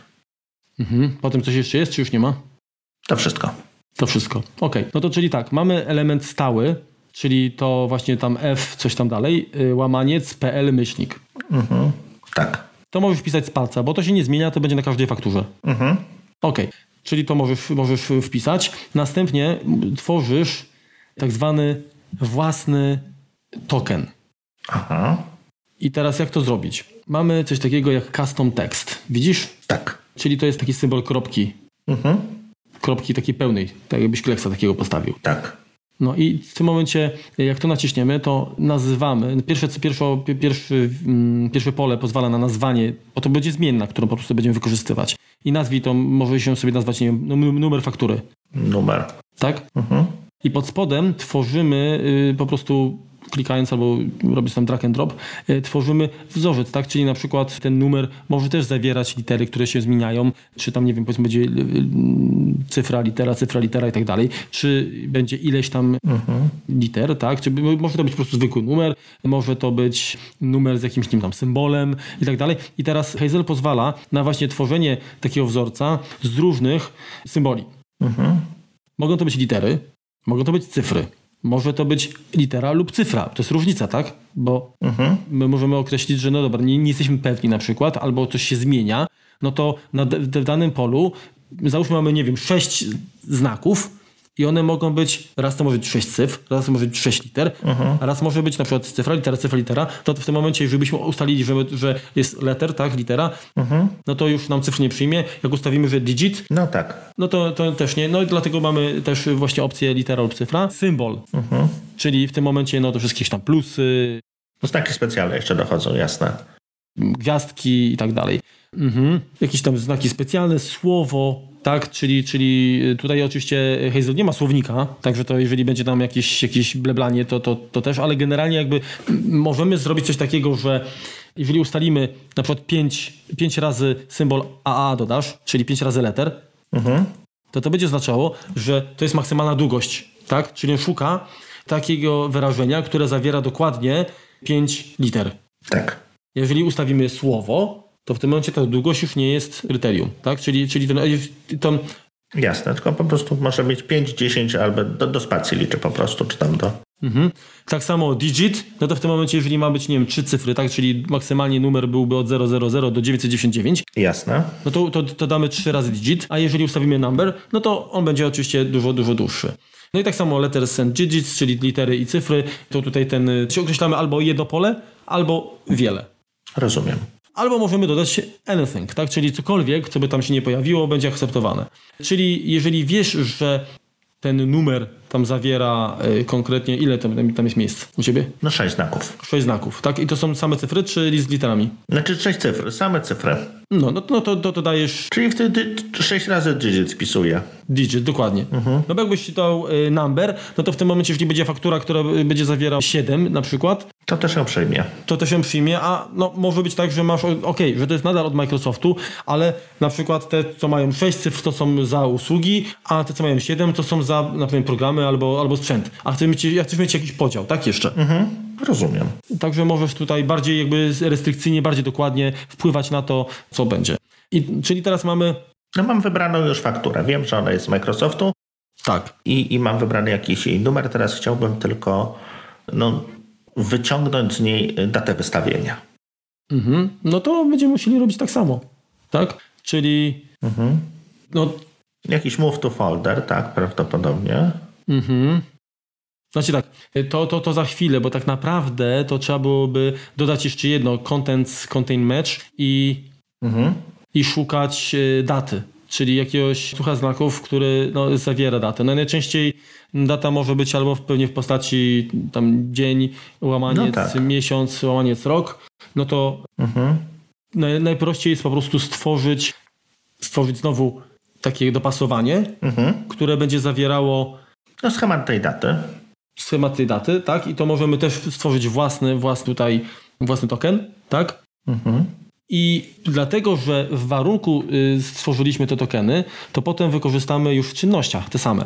[SPEAKER 2] Mhm. Potem coś jeszcze jest, czy już nie ma?
[SPEAKER 1] To wszystko.
[SPEAKER 2] To wszystko. Okej. Okay. No to czyli tak, mamy element stały, czyli to właśnie tam F, coś tam dalej, y, łamaniec, P L, myślnik.
[SPEAKER 1] Mhm. Tak.
[SPEAKER 2] To możesz wpisać z palca, bo to się nie zmienia, to będzie na każdej fakturze.
[SPEAKER 1] Mhm.
[SPEAKER 2] Okej. Okay. Czyli to możesz, możesz wpisać. Następnie tworzysz tak zwany własny token.
[SPEAKER 1] Aha.
[SPEAKER 2] I teraz jak to zrobić? Mamy coś takiego jak custom text. Widzisz?
[SPEAKER 1] Tak.
[SPEAKER 2] Czyli to jest taki symbol kropki.
[SPEAKER 1] Mhm.
[SPEAKER 2] Kropki takiej pełnej. Tak jakbyś kleksa takiego postawił.
[SPEAKER 1] Tak.
[SPEAKER 2] No i w tym momencie, jak to naciśniemy, to nazywamy. Pierwsze, pierwsze, pierwszy, pierwsze pole pozwala na nazwanie, bo to będzie zmienna, którą po prostu będziemy wykorzystywać. I nazwij to, może się sobie nazwać, nie wiem, numer faktury.
[SPEAKER 1] Numer.
[SPEAKER 2] Tak?
[SPEAKER 1] Mhm.
[SPEAKER 2] I pod spodem tworzymy y, po prostu klikając albo robiąc tam drag and drop, y, tworzymy wzorzec, tak? Czyli na przykład ten numer może też zawierać litery, które się zmieniają, czy tam, nie wiem, powiedzmy będzie y, y, cyfra, litera, cyfra, litera i tak dalej, czy będzie ileś tam mhm. liter, tak? Czy może to być po prostu zwykły numer, może to być numer z jakimś nim tam symbolem i tak dalej. I teraz Hazel pozwala na właśnie tworzenie takiego wzorca z różnych symboli. Mhm. Mogą to być litery, mogą to być cyfry. Może to być litera lub cyfra. To jest różnica, tak? Bo mhm. my możemy określić, że no dobra, nie, nie jesteśmy pewni na przykład, albo coś się zmienia, no to na, w danym polu załóżmy mamy, nie wiem, sześć znaków i one mogą być, raz to może być sześć cyfr, raz to może być sześć liter, uh-huh. a raz może być na przykład cyfra, litera, cyfra, litera, to w tym momencie, jeżeli byśmy ustalili, że, że jest letter, tak, litera, uh-huh. no to już nam cyfr nie przyjmie. Jak ustawimy, że digit,
[SPEAKER 1] no tak,
[SPEAKER 2] no to, to też nie. No i dlatego mamy też właśnie opcję litera lub cyfra. Symbol, uh-huh. czyli w tym momencie no to wszystkie tam plusy.
[SPEAKER 1] No znaki specjalne jeszcze dochodzą, jasne.
[SPEAKER 2] Gwiazdki i tak dalej. Mhm. Jakieś tam znaki specjalne, słowo, tak, czyli, czyli tutaj oczywiście Hazel nie ma słownika, także to jeżeli będzie tam jakieś, jakieś bleblanie, to, to, to też, ale generalnie jakby możemy zrobić coś takiego, że jeżeli ustalimy na przykład pięć razy symbol A A dodasz, czyli pięć razy letter, mhm. to to będzie oznaczało, że to jest maksymalna długość, tak, czyli on szuka takiego wyrażenia, które zawiera dokładnie pięć liter.
[SPEAKER 1] Tak.
[SPEAKER 2] Jeżeli ustawimy słowo, to w tym momencie ta długość już nie jest kryterium, tak? Czyli, czyli to, to...
[SPEAKER 1] Jasne, tylko po prostu może mieć pięć, dziesięć albo do, do spacji liczy po prostu, czy tam do...
[SPEAKER 2] Mhm. Tak samo digit, no to w tym momencie, jeżeli ma być, nie wiem, trzy cyfry, tak? Czyli maksymalnie numer byłby od zero zero zero do dziewięćset dziewięćdziesiąt dziewięć.
[SPEAKER 1] Jasne.
[SPEAKER 2] No to, to, to damy trzy razy digit, a jeżeli ustawimy number, no to on będzie oczywiście dużo, dużo dłuższy. No i tak samo letters and digits, czyli litery i cyfry, to tutaj ten, się określamy albo jedno pole, albo wiele.
[SPEAKER 1] Rozumiem.
[SPEAKER 2] Albo możemy dodać anything, tak? Czyli cokolwiek, co by tam się nie pojawiło, będzie akceptowane. Czyli jeżeli wiesz, że ten numer tam zawiera y, konkretnie, ile tam, tam jest miejsc u ciebie?
[SPEAKER 1] No sześć znaków.
[SPEAKER 2] Sześć znaków, tak? I to są same cyfry, czy z literami?
[SPEAKER 1] Znaczy sześć cyfr, same cyfry.
[SPEAKER 2] No, no, no to, to, to dajesz...
[SPEAKER 1] Czyli wtedy sześć razy digit wpisuję.
[SPEAKER 2] Digit, dokładnie. Uh-huh. No bo jakbyś dał y, number, no to w tym momencie, jeżeli będzie faktura, która będzie zawierała siedem na przykład,
[SPEAKER 1] to też ją przyjmie.
[SPEAKER 2] To też ją przyjmie, a no może być tak, że masz, okej, okay, że to jest nadal od Microsoftu, ale na przykład te, co mają sześć cyfr, to są za usługi, a te, co mają siedem, to są za, na przykład, programy albo, albo sprzęt. A chcesz mieć, ja chcesz mieć jakiś podział, tak jeszcze?
[SPEAKER 1] Mhm, rozumiem.
[SPEAKER 2] Także możesz tutaj bardziej jakby restrykcyjnie, bardziej dokładnie wpływać na to, co będzie. I, czyli teraz mamy...
[SPEAKER 1] No mam wybraną już fakturę. Wiem, że ona jest z Microsoftu.
[SPEAKER 2] Tak.
[SPEAKER 1] I, i mam wybrany jakiś jej numer. Teraz chciałbym tylko no, wyciągnąć z niej datę wystawienia.
[SPEAKER 2] Mhm. No to będziemy musieli robić tak samo. Tak? Czyli... Mhm. No...
[SPEAKER 1] Jakiś move to folder, tak, prawdopodobnie. Mhm.
[SPEAKER 2] Znaczy tak, to, to, to za chwilę, bo tak naprawdę to trzeba byłoby dodać jeszcze jedno, contents, contain match i, mhm. i szukać y, daty, czyli jakiegoś słucha znaków, który no, zawiera datę. No najczęściej data może być albo w, pewnie w postaci tam dzień, łamaniec, no tak. miesiąc, łamaniec, rok. No to mhm. naj, najprościej jest po prostu stworzyć, stworzyć znowu takie dopasowanie, mhm. które będzie zawierało
[SPEAKER 1] no, schemat tej daty.
[SPEAKER 2] Schemat tej daty, tak? I to możemy też stworzyć własny, własny tutaj, własny token, tak? Mhm. I dlatego, że w warunku y, stworzyliśmy te tokeny, to potem wykorzystamy już w czynnościach te same.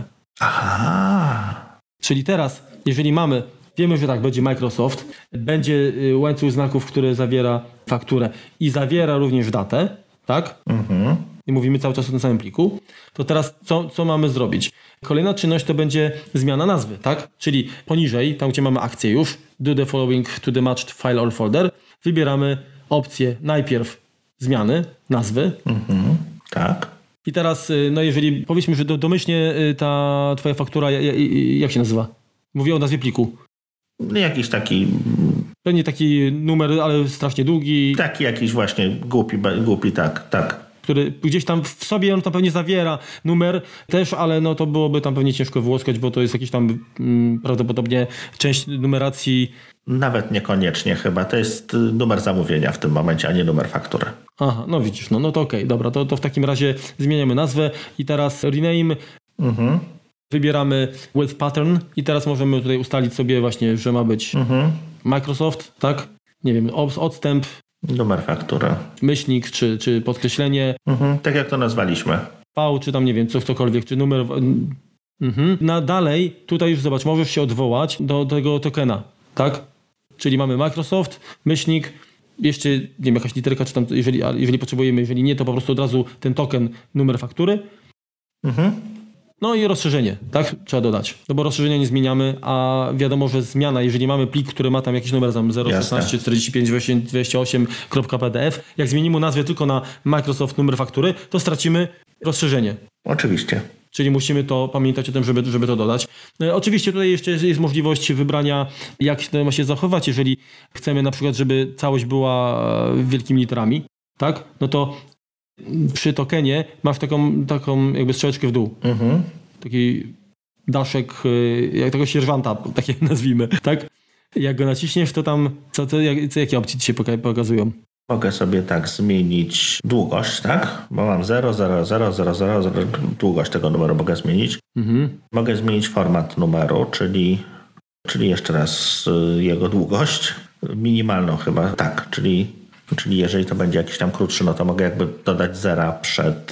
[SPEAKER 1] Aha.
[SPEAKER 2] Czyli teraz, jeżeli mamy, wiemy, że tak, będzie Microsoft, będzie y, łańcuch znaków, który zawiera fakturę i zawiera również datę, tak? Mhm. I mówimy cały czas o tym samym pliku, to teraz co, co mamy zrobić? Kolejna czynność to będzie zmiana nazwy, tak? Czyli poniżej, tam gdzie mamy akcję już, do the following to the matched file or folder, wybieramy opcję najpierw zmiany nazwy. Mhm,
[SPEAKER 1] tak.
[SPEAKER 2] I teraz, no jeżeli powiedzmy, że do, domyślnie ta twoja faktura, jak się nazywa? Mówię o nazwie pliku.
[SPEAKER 1] Jakiś taki...
[SPEAKER 2] Pewnie taki numer, ale strasznie długi.
[SPEAKER 1] Taki jakiś właśnie głupi, głupi tak, tak.
[SPEAKER 2] Który gdzieś tam w sobie on tam pewnie zawiera numer też, ale no to byłoby tam pewnie ciężko wyłoskać, bo to jest jakiś tam mm, prawdopodobnie część numeracji.
[SPEAKER 1] Nawet niekoniecznie chyba. To jest numer zamówienia w tym momencie, a nie numer faktury.
[SPEAKER 2] Aha, no widzisz, no, no to okej, okay, dobra, to, to w takim razie zmieniamy nazwę i teraz rename. Mhm. Wybieramy with pattern i teraz możemy tutaj ustalić sobie właśnie, że ma być mhm. Microsoft, tak? Nie wiem, odstęp.
[SPEAKER 1] Numer faktury.
[SPEAKER 2] Myślnik, czy, czy podkreślenie.
[SPEAKER 1] Mhm, tak jak to nazwaliśmy.
[SPEAKER 2] V, czy tam nie wiem, co, cokolwiek, czy numer... Mhm. Na dalej, tutaj już zobacz, możesz się odwołać do tego tokena, tak? Czyli mamy Microsoft, myślnik, jeszcze, nie wiem, jakaś literka, czy tam, jeżeli, jeżeli potrzebujemy, jeżeli nie, to po prostu od razu ten token, numer faktury. Mhm. No i rozszerzenie, tak? Trzeba dodać. No bo rozszerzenia nie zmieniamy, a wiadomo, że zmiana, jeżeli mamy plik, który ma tam jakiś numer tam zero szesnaście czterdzieści pięć dwieście osiem kropka p d f, jak zmienimy nazwę tylko na Microsoft numer faktury, to stracimy rozszerzenie.
[SPEAKER 1] Oczywiście.
[SPEAKER 2] Czyli musimy to pamiętać o tym, żeby, żeby to dodać. Oczywiście tutaj jeszcze jest, jest możliwość wybrania, jak to ma się zachować. Jeżeli chcemy na przykład, żeby całość była wielkimi literami, tak? No to przy tokenie masz taką, taką jakby strzałeczkę w dół. Mhm. Taki daszek, jak tego sierżanta, takie nazwijmy, tak? Jak go naciśniesz, to tam co, co, jak, co jakie opcje ci się pokazują?
[SPEAKER 1] Mogę sobie tak zmienić długość, tak? Bo mam zero, zero, zero, zero, zero, zero, długość tego numeru mogę zmienić. Mhm. Mogę zmienić format numeru, czyli, czyli jeszcze raz jego długość. Minimalną chyba, tak. Czyli, czyli jeżeli to będzie jakiś tam krótszy, no to mogę jakby dodać zera przed...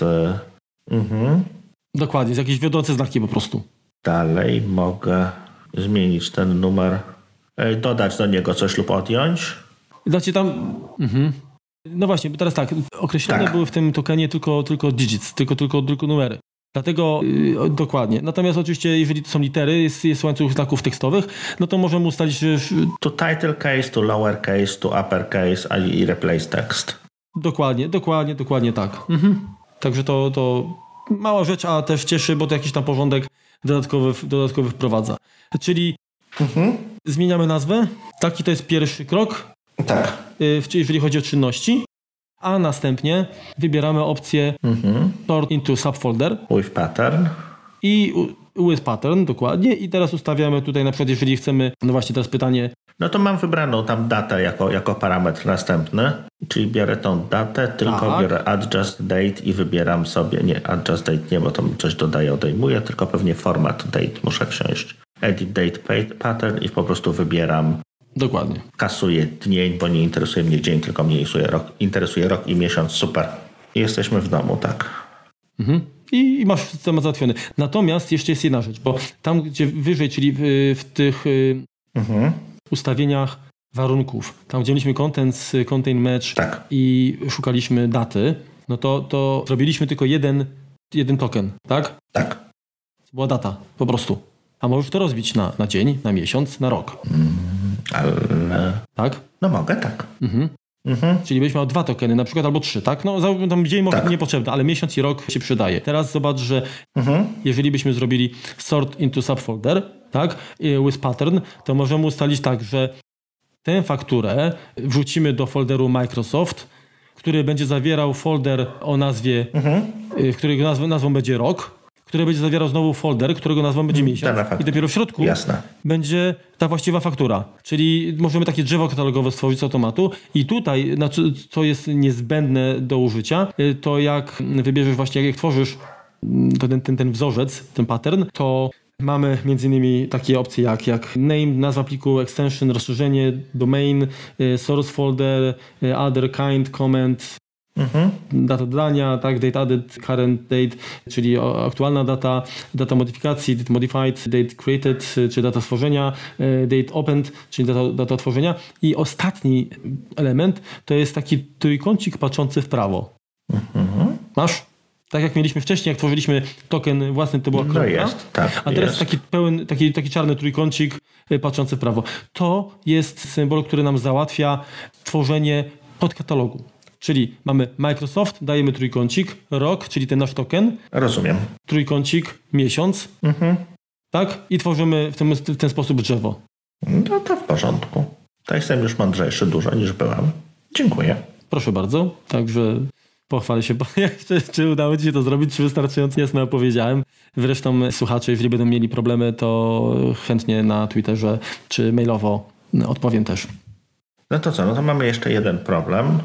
[SPEAKER 1] Mhm.
[SPEAKER 2] Dokładnie, jakieś wiodące znaki po prostu.
[SPEAKER 1] Dalej mogę zmienić ten numer, dodać do niego coś lub odjąć.
[SPEAKER 2] Znaczy tam... Mhm. No właśnie, bo teraz tak, określone tak. były w tym tokenie tylko, tylko digits, tylko, tylko, tylko numery. Dlatego yy, dokładnie. Natomiast oczywiście, jeżeli to są litery, jest, jest łańcuch znaków tekstowych, no to możemy ustalić, że...
[SPEAKER 1] To title case, to lower case, to upper case, a i replace text.
[SPEAKER 2] Dokładnie, dokładnie, dokładnie tak. Mhm. Także to, to mała rzecz, a też cieszy, bo to jakiś tam porządek dodatkowy, dodatkowy wprowadza. Czyli mhm. zmieniamy nazwę. Taki to jest pierwszy krok.
[SPEAKER 1] Tak.
[SPEAKER 2] Jeżeli chodzi o czynności, a następnie wybieramy opcję mhm. Sort into subfolder
[SPEAKER 1] with pattern
[SPEAKER 2] i with pattern, dokładnie, i teraz ustawiamy tutaj na przykład, jeżeli chcemy, no właśnie teraz pytanie.
[SPEAKER 1] No to mam wybraną tam datę jako, jako parametr następny, czyli biorę tą datę, tylko tak. biorę adjust date i wybieram sobie, nie, adjust date nie, bo to coś dodaję, odejmuję, tylko pewnie format date muszę wsiąść. Edit date pattern i po prostu wybieram.
[SPEAKER 2] Dokładnie.
[SPEAKER 1] Kasuję dzień, bo nie interesuje mnie dzień, tylko mnie interesuje rok, interesuje rok i miesiąc. Super. I jesteśmy w domu, tak.
[SPEAKER 2] Mhm. I, I masz temat załatwiony. Natomiast jeszcze jest jedna rzecz, bo tam, gdzie wyżej, czyli w, w tych mhm. ustawieniach warunków, tam gdzie mieliśmy content, contain match
[SPEAKER 1] tak.
[SPEAKER 2] i szukaliśmy daty, no to, to zrobiliśmy tylko jeden, jeden token, tak?
[SPEAKER 1] Tak.
[SPEAKER 2] To była data, po prostu. A możesz to rozbić na, na dzień, na miesiąc, na rok. Mm,
[SPEAKER 1] ale...
[SPEAKER 2] Tak?
[SPEAKER 1] No mogę, tak.
[SPEAKER 2] Mhm. Mhm. Czyli byś miał dwa tokeny, na przykład albo trzy, tak? No tam dzień może tak. niepotrzebny, ale miesiąc i rok się przydaje. Teraz zobacz, że mhm. jeżeli byśmy zrobili sort into subfolder, tak? With pattern, to możemy ustalić tak, że tę fakturę wrzucimy do folderu Microsoft, który będzie zawierał folder o nazwie, mhm. którego nazwą, nazwą będzie rok, który będzie zawierał znowu folder, którego nazwą będzie miesiąc. I dopiero w środku
[SPEAKER 1] Jasne.
[SPEAKER 2] będzie ta właściwa faktura. Czyli możemy takie drzewo katalogowe stworzyć z automatu i tutaj, co jest niezbędne do użycia, to jak wybierzesz właśnie, jak tworzysz ten, ten, ten wzorzec, ten pattern, to mamy między innymi takie opcje jak, jak name, nazwa pliku, extension, rozszerzenie, domain, source folder, other kind, comment, Mhm. data dodania, tak, date added, current date, czyli aktualna data, data modyfikacji, date modified, date created, czy data stworzenia, date opened, czyli data, data tworzenia. I ostatni element to jest taki trójkącik patrzący w prawo. Mhm. Masz? Tak jak mieliśmy wcześniej, jak tworzyliśmy token własny, to była kropka.
[SPEAKER 1] No jest, tak,
[SPEAKER 2] a teraz
[SPEAKER 1] jest.
[SPEAKER 2] taki pełen, taki, taki czarny trójkącik patrzący w prawo. To jest symbol, który nam załatwia tworzenie podkatalogu. Czyli mamy Microsoft, dajemy trójkącik, rok, czyli ten nasz token.
[SPEAKER 1] Rozumiem.
[SPEAKER 2] Trójkącik, miesiąc. Mhm. Tak? I tworzymy w ten, w ten sposób drzewo.
[SPEAKER 1] No to w porządku. To jestem już mądrzejszy dużo niż byłam. Dziękuję.
[SPEAKER 2] Proszę bardzo. Także pochwalę się, czy, czy udało ci się to zrobić, czy wystarczająco jasno opowiedziałem. Zresztą słuchacze, jeżeli będą mieli problemy, to chętnie na Twitterze czy mailowo odpowiem też.
[SPEAKER 1] No to co? No to mamy jeszcze jeden problem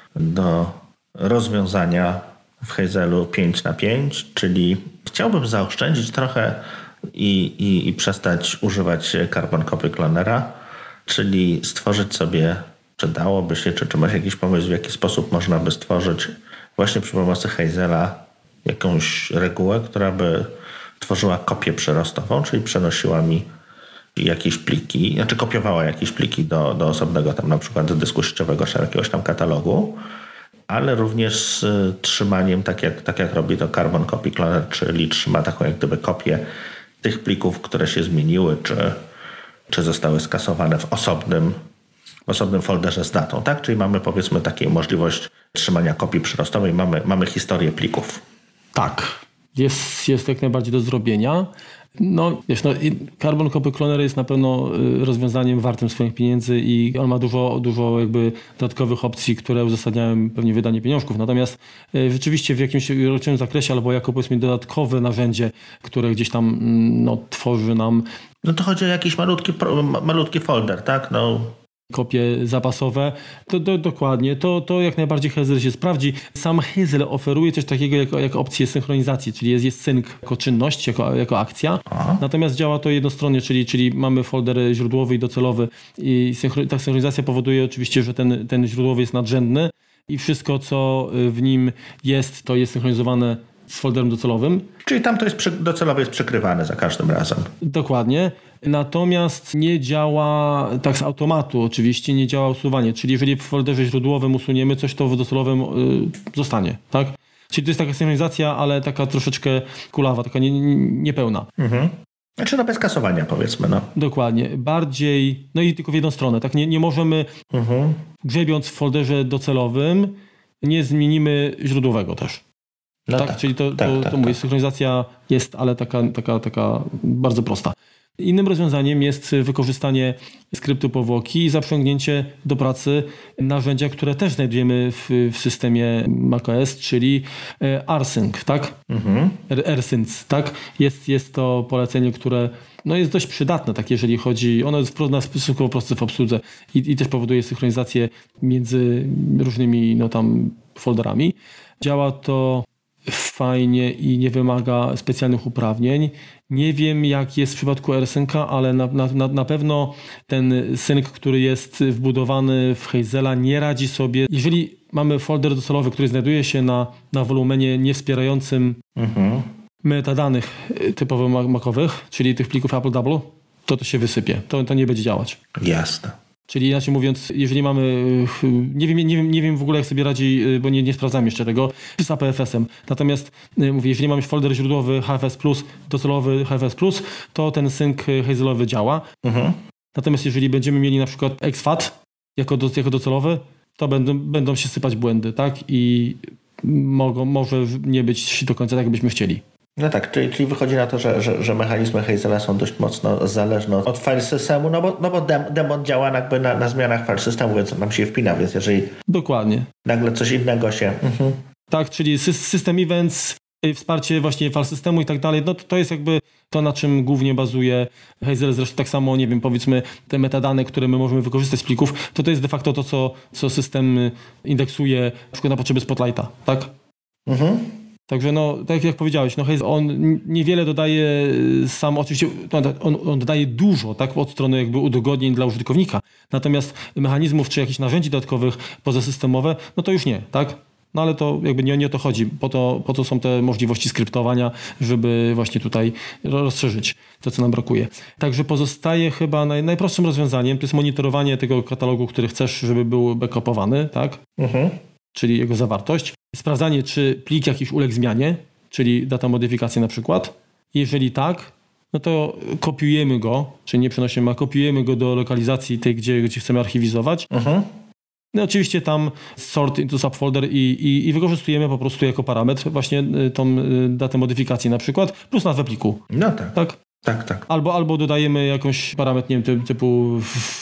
[SPEAKER 1] do rozwiązania w Hazelu pięć na pięć, czyli chciałbym zaoszczędzić trochę i, i, i przestać używać Carbon Copy Clonera, czyli stworzyć sobie, czy dałoby się, czy, czy masz jakiś pomysł, w jaki sposób można by stworzyć właśnie przy pomocy Hazela jakąś regułę, która by tworzyła kopię przyrostową, czyli przenosiła mi jakieś pliki, znaczy kopiowała jakieś pliki do, do osobnego tam na przykład dysku sieciowego czy jakiegoś tam katalogu, ale również z trzymaniem, tak jak, tak jak robi to Carbon Copy Cloner, czyli trzyma taką jak gdyby kopię tych plików, które się zmieniły, czy, czy zostały skasowane w osobnym, w osobnym folderze z datą, tak? Czyli mamy powiedzmy taką możliwość trzymania kopii przyrostowej, mamy, mamy historię plików.
[SPEAKER 2] Tak. jest, jest jak najbardziej do zrobienia. No, wiesz, no, Carbon Copy Cloner jest na pewno rozwiązaniem wartym swoich pieniędzy i on ma dużo, dużo jakby dodatkowych opcji, które uzasadniają pewnie wydanie pieniążków. Natomiast rzeczywiście w jakimś rocznym zakresie albo jako powiedzmy dodatkowe narzędzie, które gdzieś tam no, tworzy nam...
[SPEAKER 1] No to chodzi o jakiś malutki, malutki folder, tak? No.
[SPEAKER 2] Kopie zapasowe, to, to dokładnie, to, to jak najbardziej Hazel się sprawdzi. Sam Hazel oferuje coś takiego jak, jak opcję synchronizacji, czyli jest, jest sync jako czynność, jako, jako akcja. Aha. Natomiast działa to jednostronnie, czyli, czyli mamy folder źródłowy i docelowy i synchro, ta synchronizacja powoduje oczywiście, że ten, ten źródłowy jest nadrzędny i wszystko co w nim jest, to jest synchronizowane z folderem docelowym.
[SPEAKER 1] Czyli tam to jest przy, docelowy jest przykrywane za każdym razem.
[SPEAKER 2] Dokładnie. Natomiast nie działa tak z automatu oczywiście, nie działa usuwanie. Czyli jeżeli w folderze źródłowym usuniemy coś, to w docelowym y, zostanie. Tak? Czyli to jest taka synchronizacja, ale taka troszeczkę kulawa, taka nie, nie, niepełna.
[SPEAKER 1] Mhm. Znaczy no bez kasowania powiedzmy. No.
[SPEAKER 2] Dokładnie. Bardziej, no i tylko w jedną stronę. Tak? Nie, nie możemy mhm. grzebiąc w folderze docelowym nie zmienimy źródłowego też. No tak, tak, czyli to, tak, to, tak, to mówię, tak. Synchronizacja jest, ale taka, taka, taka bardzo prosta. Innym rozwiązaniem jest wykorzystanie skryptu powłoki i zaprzęgnięcie do pracy narzędzia, które też znajdujemy w, w systemie macOS, czyli rsync, tak? Mhm. rsync, tak? Jest, jest to polecenie, które no jest dość przydatne, tak jeżeli chodzi, ono jest stosunkowo proste w obsłudze i, i też powoduje synchronizację między różnymi no tam folderami. Działa to fajnie i nie wymaga specjalnych uprawnień. Nie wiem jak jest w przypadku rsynca, ale na, na, na pewno ten sync, który jest wbudowany w Hazela nie radzi sobie. Jeżeli mamy folder docelowy, który znajduje się na, na wolumenie niewspierającym mhm. metadanych typowo macowych, czyli tych plików Apple Double, to to się wysypie. To, to nie będzie działać.
[SPEAKER 1] Jasne.
[SPEAKER 2] Czyli inaczej mówiąc, jeżeli mamy, nie wiem, nie wiem, nie wiem w ogóle jak sobie radzi, bo nie, nie sprawdzam jeszcze tego, z A P F S em. Natomiast mówię, jeżeli mamy folder źródłowy H F S plus, docelowy H F S plus, to ten sync Hazelowy działa. Mhm. Natomiast jeżeli będziemy mieli na przykład X F A T jako, do, jako docelowy, to będą, będą się sypać błędy, tak? I mogą, może nie być do końca tak, jakbyśmy chcieli.
[SPEAKER 1] No tak, czyli, czyli wychodzi na to, że, że, że mechanizmy Hazela są dość mocno zależne od file systemu, no bo, no bo demon działa jakby na, na zmianach file systemu, więc on nam się wpina, więc jeżeli
[SPEAKER 2] dokładnie
[SPEAKER 1] nagle coś innego się... Mhm.
[SPEAKER 2] Tak, czyli system events, wsparcie właśnie file systemu i tak dalej, no to, to jest jakby to, na czym głównie bazuje Hazel. Zresztą tak samo, nie wiem, powiedzmy te metadane, które my możemy wykorzystać z plików, to to jest de facto to, co, co system indeksuje na przykład na potrzeby Spotlighta, tak? Mhm. Także no, tak jak powiedziałeś, no on niewiele dodaje sam, oczywiście on, on dodaje dużo, tak, od strony jakby udogodnień dla użytkownika. Natomiast mechanizmów czy jakichś narzędzi dodatkowych pozasystemowe, no to już nie, tak? No ale to jakby nie, nie o to chodzi. Po to, po to są te możliwości skryptowania, żeby właśnie tutaj rozszerzyć to, co nam brakuje. Także pozostaje chyba naj, najprostszym rozwiązaniem, to jest monitorowanie tego katalogu, który chcesz, żeby był backupowany, tak? Mhm. Czyli jego zawartość. Sprawdzanie, czy plik jakiś uległ zmianie, czyli data modyfikacji na przykład. Jeżeli tak, no to kopiujemy go, czyli nie przenosimy, a kopiujemy go do lokalizacji tej, gdzie, gdzie chcemy archiwizować. Mhm. No oczywiście tam sort into subfolder i, i, i wykorzystujemy po prostu jako parametr właśnie tą datę modyfikacji na przykład, plus nazwę pliku.
[SPEAKER 1] No tak.
[SPEAKER 2] Tak,
[SPEAKER 1] tak. tak.
[SPEAKER 2] Albo, albo dodajemy jakąś parametr, nie wiem, typu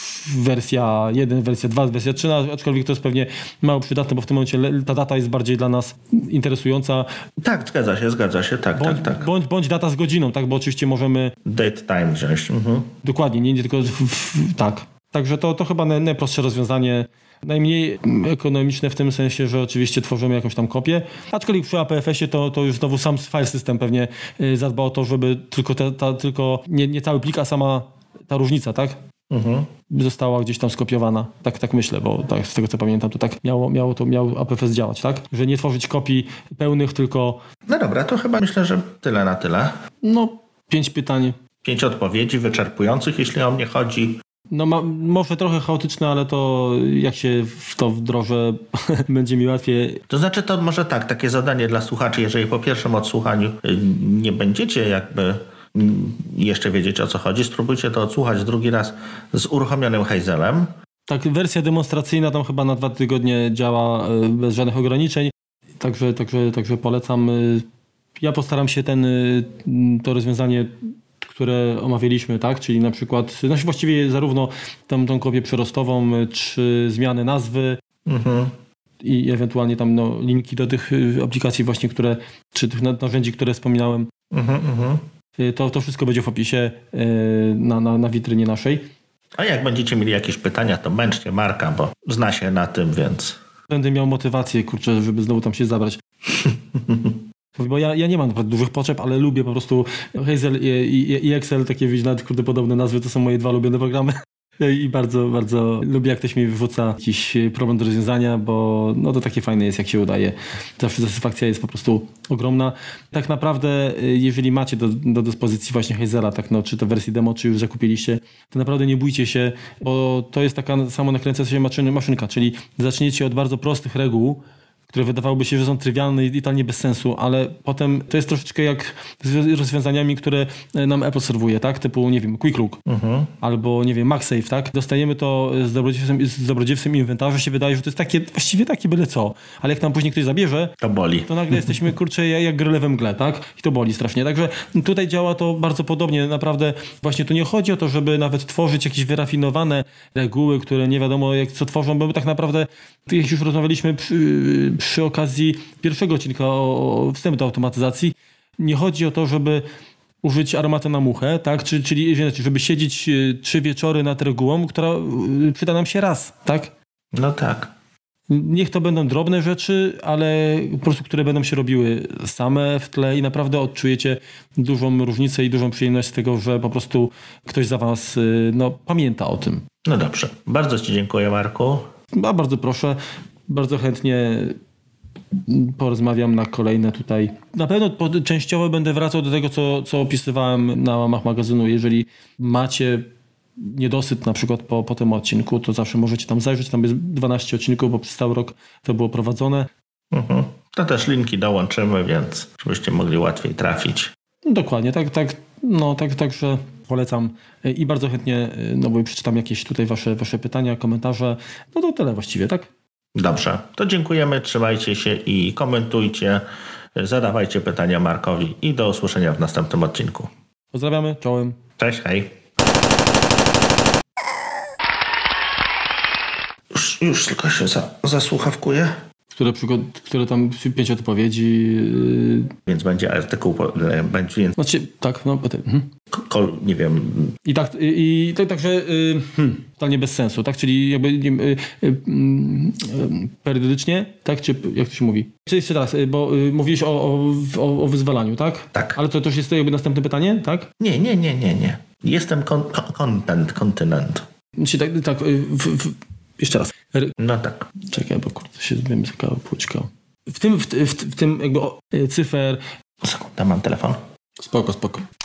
[SPEAKER 2] wersja jeden, wersja dwa, wersja trzy, aczkolwiek to jest pewnie mało przydatne, bo w tym momencie ta data jest bardziej dla nas interesująca.
[SPEAKER 1] Tak, zgadza się, zgadza się, tak,
[SPEAKER 2] bądź,
[SPEAKER 1] tak, tak.
[SPEAKER 2] Bądź, bądź data z godziną, tak, bo oczywiście możemy...
[SPEAKER 1] Date time wziąć. Mhm.
[SPEAKER 2] Dokładnie, nie, nie tylko... W, w, tak. Także to, to chyba najprostsze rozwiązanie, najmniej ekonomiczne w tym sensie, że oczywiście tworzymy jakąś tam kopię, aczkolwiek przy A P F S ie to, to już znowu sam file system pewnie zadba o to, żeby tylko, te, ta, tylko nie, nie cały plik, a sama ta różnica, tak? Mhm. Została gdzieś tam skopiowana. Tak, tak myślę, bo tak, z tego co pamiętam, to tak miało, miało to miał A P F S działać, tak? Że nie tworzyć kopii pełnych, tylko...
[SPEAKER 1] No dobra, to chyba myślę, że tyle na tyle.
[SPEAKER 2] No, pięć pytań.
[SPEAKER 1] Pięć odpowiedzi wyczerpujących, jeśli o mnie chodzi.
[SPEAKER 2] No ma, może trochę chaotyczne, ale to jak się w to wdrożę, będzie mi łatwiej.
[SPEAKER 1] To znaczy to może tak, takie zadanie dla słuchaczy, jeżeli po pierwszym odsłuchaniu nie będziecie jakby jeszcze wiedzieć o co chodzi, spróbujcie to odsłuchać drugi raz z uruchomionym Hazelem.
[SPEAKER 2] Tak, wersja demonstracyjna tam chyba na dwa tygodnie działa bez żadnych ograniczeń, także, także, także polecam Ja postaram się ten, to rozwiązanie, które omawialiśmy, tak? Czyli na przykład, znaczy właściwie zarówno tą, tą kopię przyrostową, czy zmianę nazwy, mhm. i ewentualnie tam no, linki do tych aplikacji właśnie, które, czy tych narzędzi, które wspominałem. Mhm, mhm. To, to wszystko będzie w opisie na, na, na witrynie naszej.
[SPEAKER 1] A jak będziecie mieli jakieś pytania, to męczcie Marka, bo zna się na tym, więc...
[SPEAKER 2] Będę miał motywację, kurczę, żeby znowu tam się zabrać. Bo ja, ja nie mam naprawdę dużych potrzeb, ale lubię po prostu Hazel i, i, i Excel, takie widzieć nawet kurde podobne nazwy, to są moje dwa ulubione programy. I bardzo, bardzo lubię, jak ktoś mi wyrzuca jakiś problem do rozwiązania, bo no to takie fajne jest, jak się udaje. Zawsze satysfakcja jest po prostu ogromna. Tak naprawdę, jeżeli macie do, do dyspozycji właśnie Hazela, tak no, czy to wersji demo, czy już zakupiliście, to naprawdę nie bójcie się, bo to jest taka samo nakręcająca się maszyny, maszynka, czyli zaczniecie od bardzo prostych reguł, które wydawałoby się, że są trywialne i totalnie bez sensu, ale potem to jest troszeczkę jak z rozwiązaniami, które nam Apple serwuje, tak? Typu, nie wiem, Quick Look uh-huh. albo, nie wiem, MagSafe, tak? Dostajemy to z dobrodziejstwem, z dobrodziejstwem inwentarza, się wydaje, że to jest takie, właściwie takie byle co, ale jak nam później ktoś zabierze,
[SPEAKER 1] to boli.
[SPEAKER 2] To nagle jesteśmy, kurczę, jak, jak gryle we mgle, tak? I to boli strasznie. Także tutaj działa to bardzo podobnie. Naprawdę właśnie tu nie chodzi o to, żeby nawet tworzyć jakieś wyrafinowane reguły, które nie wiadomo jak co tworzą, bo tak naprawdę, jak już rozmawialiśmy przy, przy okazji pierwszego odcinka o, o wstępu do automatyzacji, nie chodzi o to, żeby użyć armaty na muchę, tak? Czyli, czyli żeby siedzieć trzy wieczory nad regułą, która przyda nam się raz, tak?
[SPEAKER 1] No tak.
[SPEAKER 2] Niech to będą drobne rzeczy, ale po prostu, które będą się robiły same w tle i naprawdę odczujecie dużą różnicę i dużą przyjemność z tego, że po prostu ktoś za was no, pamięta o tym.
[SPEAKER 1] No dobrze. Bardzo ci dziękuję, Marku.
[SPEAKER 2] A bardzo proszę. Bardzo chętnie porozmawiam na kolejne tutaj. Na pewno częściowo będę wracał do tego, co, co opisywałem na łamach magazynu. Jeżeli macie niedosyt na przykład po, po tym odcinku, to zawsze możecie tam zajrzeć. Tam jest dwanaście odcinków, bo przez cały rok to było prowadzone.
[SPEAKER 1] Mhm. To też linki dołączymy, więc żebyście mogli łatwiej trafić.
[SPEAKER 2] Dokładnie, tak, tak, no, tak, także polecam i bardzo chętnie, no bo przeczytam jakieś tutaj wasze, wasze pytania, komentarze. No to tyle właściwie, tak?
[SPEAKER 1] Dobrze, to dziękujemy, trzymajcie się i komentujcie, zadawajcie pytania Markowi i do usłyszenia w następnym odcinku.
[SPEAKER 2] Pozdrawiamy, czołem.
[SPEAKER 1] Cześć, hej. Już, już tylko się za, zasłuchawkuję.
[SPEAKER 2] Które, przygod- które tam pięć odpowiedzi. Yy...
[SPEAKER 1] Więc będzie artykuł, będzie więc...
[SPEAKER 2] Znaczy, tak, no. Mhm.
[SPEAKER 1] Kol, nie wiem.
[SPEAKER 2] I tak, i, i to także yy, hmm, totalnie bez sensu, tak? Czyli jakby nie, yy, yy, yy, periodycznie, tak? Czy jak to się mówi? Czy jeszcze raz, yy, bo yy, mówiłeś o, o, o, o wyzwalaniu, tak?
[SPEAKER 1] Tak.
[SPEAKER 2] Ale to też jest to jakby następne pytanie, tak?
[SPEAKER 1] Nie, nie, nie, nie, nie. Jestem kon- content, kontynent.
[SPEAKER 2] Czyli tak, tak yy, w, w, jeszcze raz. R-
[SPEAKER 1] no tak.
[SPEAKER 2] Czekaj, bo kurde, się wiem, jaka płuczka. W tym, w, w, w tym jakby o, cyfer...
[SPEAKER 1] Sekunda, mam telefon.
[SPEAKER 2] Spoko, spoko.